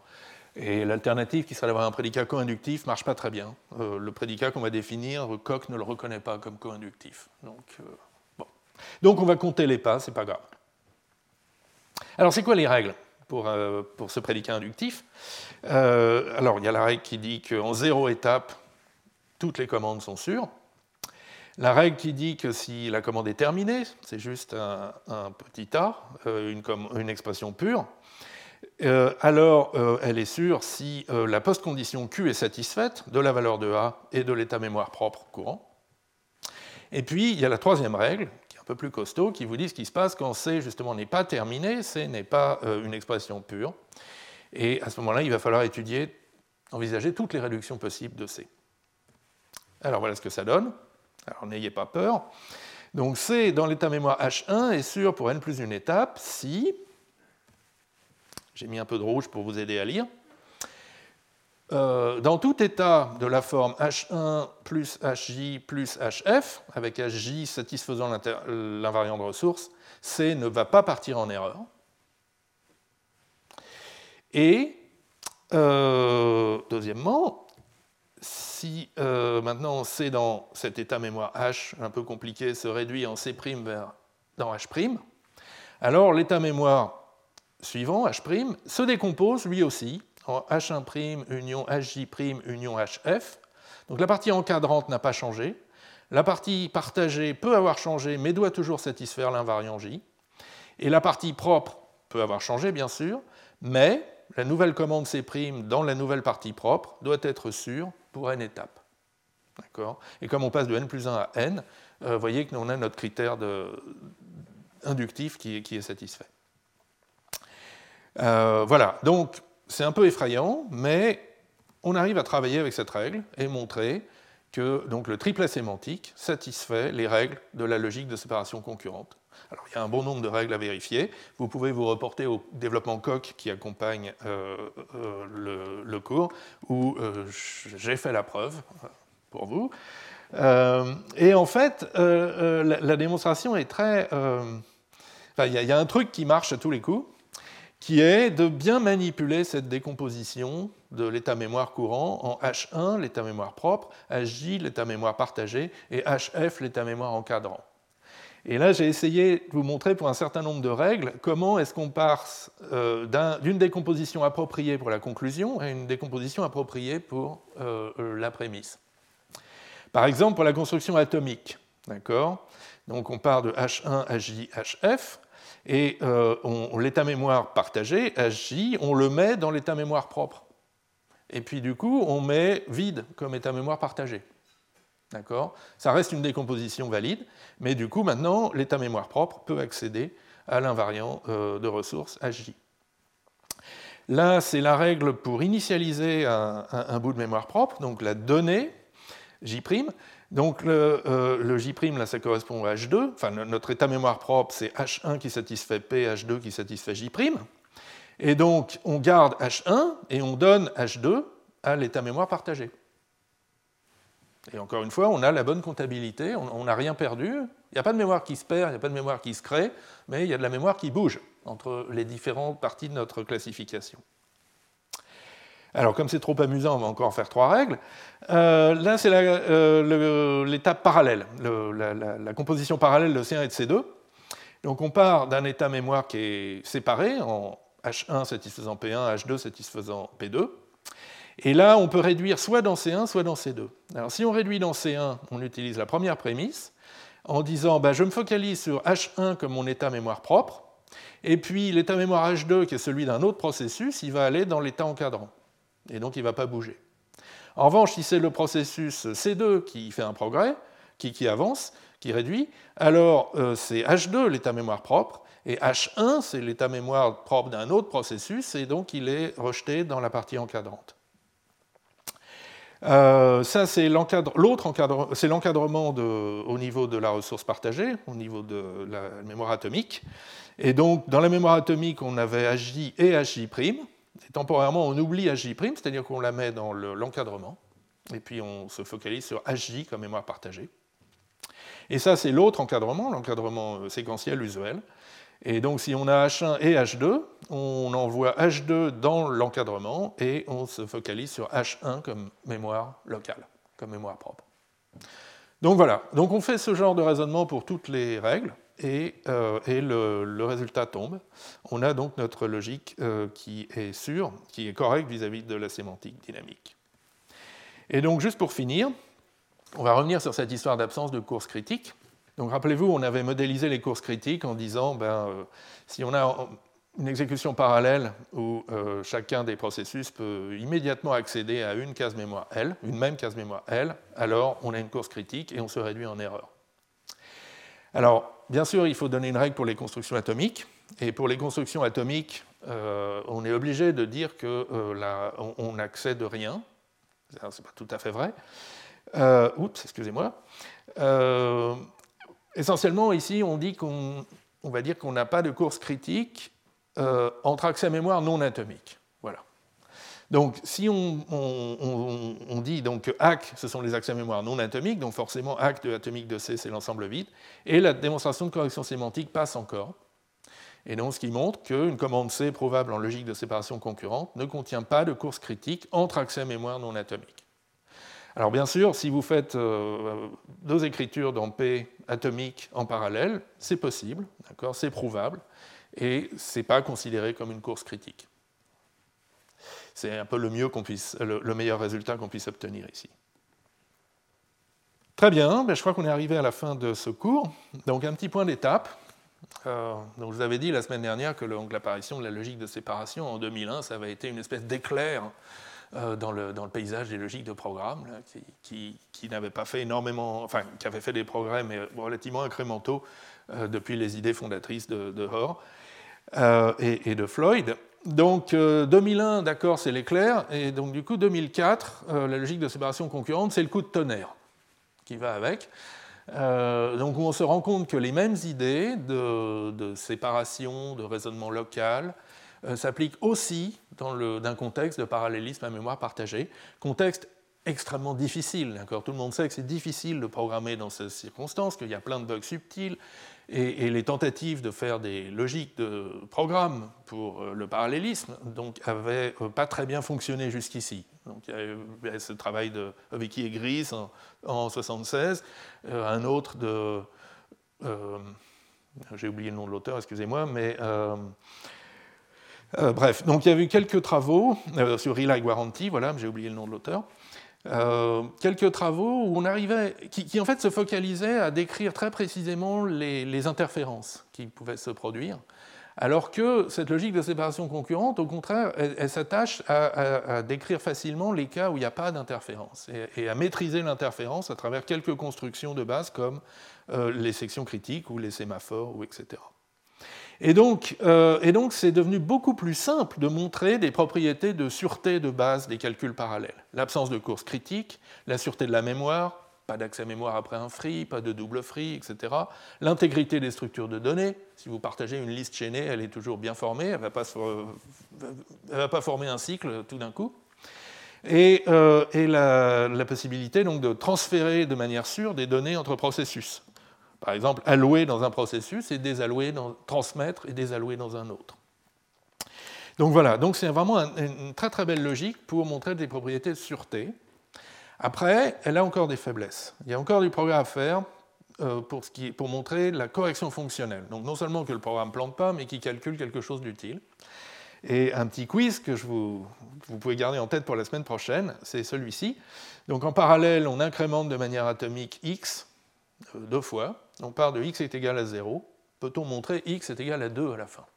Et l'alternative, qui serait d'avoir un prédicat co-inductif, ne marche pas très bien. Euh, le prédicat qu'on va définir, Coq ne le reconnaît pas comme co-inductif. Donc, euh, bon. Donc, on va compter les pas, c'est pas grave. Alors, c'est quoi les règles pour, euh, pour ce prédicat inductif? euh, Alors, il y a la règle qui dit qu'en zéro étape, toutes les commandes sont sûres. La règle qui dit que si la commande est terminée, c'est juste un, un petit A, euh, une, une expression pure, euh, alors euh, elle est sûre si euh, la postcondition Q est satisfaite de la valeur de A et de l'état mémoire propre courant. Et puis, il y a la troisième règle, qui est un peu plus costaud, qui vous dit ce qui se passe quand C, justement, n'est pas terminé, C n'est pas euh, une expression pure. Et à ce moment-là, il va falloir étudier, envisager toutes les réductions possibles de C. Alors, voilà ce que ça donne. Alors, n'ayez pas peur. Donc, C dans l'état mémoire H un est sûr pour n plus une étape si, j'ai mis un peu de rouge pour vous aider à lire, euh, dans tout état de la forme H un plus Hj plus Hf, avec Hj satisfaisant l'invariant de ressources, C ne va pas partir en erreur. Et, euh, deuxièmement, si euh, maintenant C dans cet état mémoire H, un peu compliqué, se réduit en C' vers dans H', alors l'état mémoire suivant, H', se décompose lui aussi en H un' union Hj' union Hf. Donc la partie encadrante n'a pas changé. La partie partagée peut avoir changé, mais doit toujours satisfaire l'invariant J. Et la partie propre peut avoir changé, bien sûr, mais la nouvelle commande C' dans la nouvelle partie propre doit être sûre pour n étapes. D'accord ? Et comme on passe de n plus un à n, vous euh, voyez que nous on a notre critère de, inductif qui est, qui est satisfait. Euh, voilà, donc c'est un peu effrayant, mais on arrive à travailler avec cette règle et montrer que donc, le triplet sémantique satisfait les règles de la logique de séparation concurrente. Alors, il y a un bon nombre de règles à vérifier. Vous pouvez vous reporter au développement Coq qui accompagne euh, euh, le, le cours, où euh, j'ai fait la preuve pour vous. Euh, et en fait, euh, euh, la, la démonstration est très... Euh, enfin, il y, y a un truc qui marche à tous les coups, qui est de bien manipuler cette décomposition de l'état mémoire courant en H un, l'état mémoire propre, Hj, l'état mémoire partagé, et Hf, l'état mémoire encadrant. Et là, j'ai essayé de vous montrer pour un certain nombre de règles comment est-ce qu'on passe euh, d'un, d'une décomposition appropriée pour la conclusion à une décomposition appropriée pour euh, la prémisse. Par exemple, pour la construction atomique, d'accord ? Donc on part de H un, Hj, Hf, et euh, on, l'état mémoire partagé, Hj, on le met dans l'état mémoire propre. Et puis du coup, on met vide comme état mémoire partagé. D'accord ? Ça reste une décomposition valide, mais du coup, maintenant, l'état mémoire propre peut accéder à l'invariant euh, de ressources Hj. Là, c'est la règle pour initialiser un, un, un bout de mémoire propre, donc la donnée, J'. Donc le, euh, le J', là, ça correspond à H deux. Enfin, notre état mémoire propre, c'est H un qui satisfait P, H deux qui satisfait J'. Et donc, on garde H un et on donne H deux à l'état mémoire partagé. Et encore une fois, on a la bonne comptabilité, on n'a rien perdu. Il n'y a pas de mémoire qui se perd, il n'y a pas de mémoire qui se crée, mais il y a de la mémoire qui bouge entre les différentes parties de notre classification. Alors, comme c'est trop amusant, on va encore faire trois règles. Euh, là, c'est la, euh, l'étape parallèle, le, la, la, la composition parallèle de C un et de C deux. Donc, on part d'un état mémoire qui est séparé en H un satisfaisant P un, H deux satisfaisant P deux. Et là, on peut réduire soit dans C un, soit dans C deux. Alors, si on réduit dans C un, on utilise la première prémisse en disant ben, je me focalise sur H un comme mon état mémoire propre, et puis l'état mémoire H deux, qui est celui d'un autre processus, il va aller dans l'état encadrant. Et donc, il ne va pas bouger. En revanche, si c'est le processus C deux qui fait un progrès, qui, qui avance, qui réduit, alors euh, c'est H deux l'état mémoire propre, et H un, c'est l'état mémoire propre d'un autre processus, et donc il est rejeté dans la partie encadrante. Euh, ça, c'est l'encadre, l'autre encadre, c'est l'encadrement de, au niveau de la ressource partagée, au niveau de la mémoire atomique. Et donc, dans la mémoire atomique, on avait H J et H J'. Et temporairement, on oublie H J', c'est-à-dire qu'on la met dans le, l'encadrement. Et puis, on se focalise sur H J comme mémoire partagée. Et ça, c'est l'autre encadrement, l'encadrement séquentiel usuel. Et donc, si on a H un et H deux, on envoie H deux dans l'encadrement et on se focalise sur H un comme mémoire locale, comme mémoire propre. Donc voilà, donc on fait ce genre de raisonnement pour toutes les règles et, euh, et le, le résultat tombe. On a donc notre logique euh, qui est sûre, qui est correcte vis-à-vis de la sémantique dynamique. Et donc, juste pour finir, on va revenir sur cette histoire d'absence de course critique. Donc rappelez-vous, on avait modélisé les courses critiques en disant ben, euh, si on a une exécution parallèle où euh, chacun des processus peut immédiatement accéder à une case mémoire L, une même case mémoire L, alors on a une course critique et on se réduit en erreur. Alors, bien sûr, il faut donner une règle pour les constructions atomiques, et pour les constructions atomiques, euh, on est obligé de dire qu'on n'accède rien. Ce n'est pas tout à fait vrai. Euh, oups, excusez-moi. Euh, Essentiellement, ici, on dit qu'on on va dire qu'on n'a pas de course critique euh, entre accès à mémoire non atomique. Voilà. Donc, si on, on, on, on dit donc, que A C, ce sont les accès à mémoire non atomiques, donc forcément A C de atomique de C, c'est l'ensemble vide, et la démonstration de correction sémantique passe encore. Et donc, ce qui montre qu'une commande C prouvable en logique de séparation concurrente ne contient pas de course critique entre accès à mémoire non atomique. Alors bien sûr, si vous faites euh, deux écritures dans P atomique en parallèle, c'est possible, d'accord, c'est prouvable, et ce n'est pas considéré comme une course critique. C'est un peu le, mieux qu'on puisse, le, le meilleur résultat qu'on puisse obtenir ici. Très bien, ben je crois qu'on est arrivé à la fin de ce cours. Donc un petit point d'étape. Euh, donc je vous avais dit la semaine dernière que le, donc, l'apparition de la logique de séparation en deux mille un, ça avait été une espèce d'éclair Dans le, dans le paysage des logiques de programme, là, qui, qui, qui n'avait pas fait énormément, enfin, qui avait fait des progrès, mais relativement incrémentaux euh, depuis les idées fondatrices de, de Hoare euh, et, et de Floyd. Donc, euh, deux mille un, d'accord, c'est l'éclair, et donc du coup, deux mille quatre, euh, la logique de séparation concurrente, c'est le coup de tonnerre qui va avec. Euh, donc, où on se rend compte que les mêmes idées de, de séparation, de raisonnement local, Euh, s'applique aussi dans le, d'un contexte de parallélisme à mémoire partagée, contexte extrêmement difficile. D'accord ? Tout le monde sait que c'est difficile de programmer dans ces circonstances, qu'il y a plein de bugs subtils, et, et les tentatives de faire des logiques de programme pour le parallélisme n'avaient pas très bien fonctionné jusqu'ici. Donc, il y a eu ce travail de Vicky et Gris en, en soixante-seize, euh, un autre de... Euh, j'ai oublié le nom de l'auteur, excusez-moi, mais... Euh, Euh, bref, donc il y a eu quelques travaux euh, sur Relay Guarantee, voilà, j'ai oublié le nom de l'auteur, euh, quelques travaux où on arrivait, qui, qui en fait se focalisaient à décrire très précisément les, les interférences qui pouvaient se produire, alors que cette logique de séparation concurrente, au contraire, elle, elle s'attache à, à, à décrire facilement les cas où il n'y a pas d'interférence et, et à maîtriser l'interférence à travers quelques constructions de base comme euh, les sections critiques ou les sémaphores, ou et cetera. Et donc, euh, et donc, c'est devenu beaucoup plus simple de montrer des propriétés de sûreté de base des calculs parallèles. L'absence de course critique, la sûreté de la mémoire, pas d'accès mémoire après un free, pas de double free, et cetera. L'intégrité des structures de données. Si vous partagez une liste chaînée, elle est toujours bien formée, elle ne va pas, se, elle va pas former un cycle tout d'un coup. Et, euh, et la, la possibilité donc, de transférer de manière sûre des données entre processus. Par exemple, allouer dans un processus et désallouer, dans, transmettre et désallouer dans un autre. Donc voilà, donc c'est vraiment un, une très très belle logique pour montrer des propriétés de sûreté. Après, elle a encore des faiblesses. Il y a encore du progrès à faire euh, pour, ce qui, pour montrer la correction fonctionnelle. Donc non seulement que le programme ne plante pas, mais qu'il calcule quelque chose d'utile. Et un petit quiz que je vous, vous pouvez garder en tête pour la semaine prochaine, c'est celui-ci. Donc en parallèle, on incrémente de manière atomique x euh, deux fois. On part de x est égal à zéro. Peut-on montrer x est égal à deux à la fin?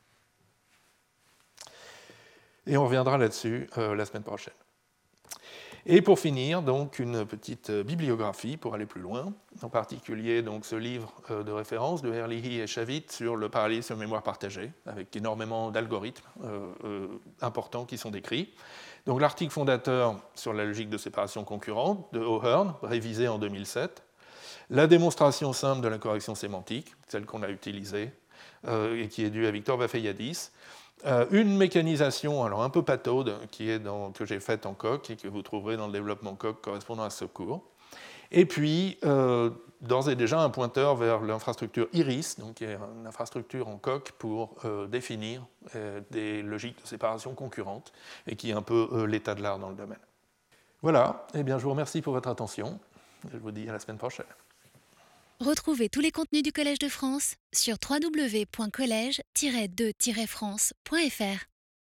Et on reviendra là-dessus euh, la semaine prochaine. Et pour finir, donc, une petite bibliographie pour aller plus loin, en particulier donc, ce livre de référence de Herlihy et Shavit sur le parallélisme mémoire partagée, avec énormément d'algorithmes euh, euh, importants qui sont décrits. Donc, l'article fondateur sur la logique de séparation concurrente de O'Hearn, révisé en deux mille sept, la démonstration simple de la correction sémantique, celle qu'on a utilisée euh, et qui est due à Victor Vaffeiadis, Euh, une mécanisation, alors un peu pataude, qui est dans, que j'ai faite en coq et que vous trouverez dans le développement coq correspondant à ce cours. Et puis, euh, d'ores et déjà, un pointeur vers l'infrastructure IRIS, donc qui est une infrastructure en coq pour euh, définir euh, des logiques de séparation concurrentes et qui est un peu euh, l'état de l'art dans le domaine. Voilà, eh bien, je vous remercie pour votre attention. Je vous dis à la semaine prochaine. Retrouvez tous les contenus du Collège de France sur w w w point collège tiret de tiret france point f r.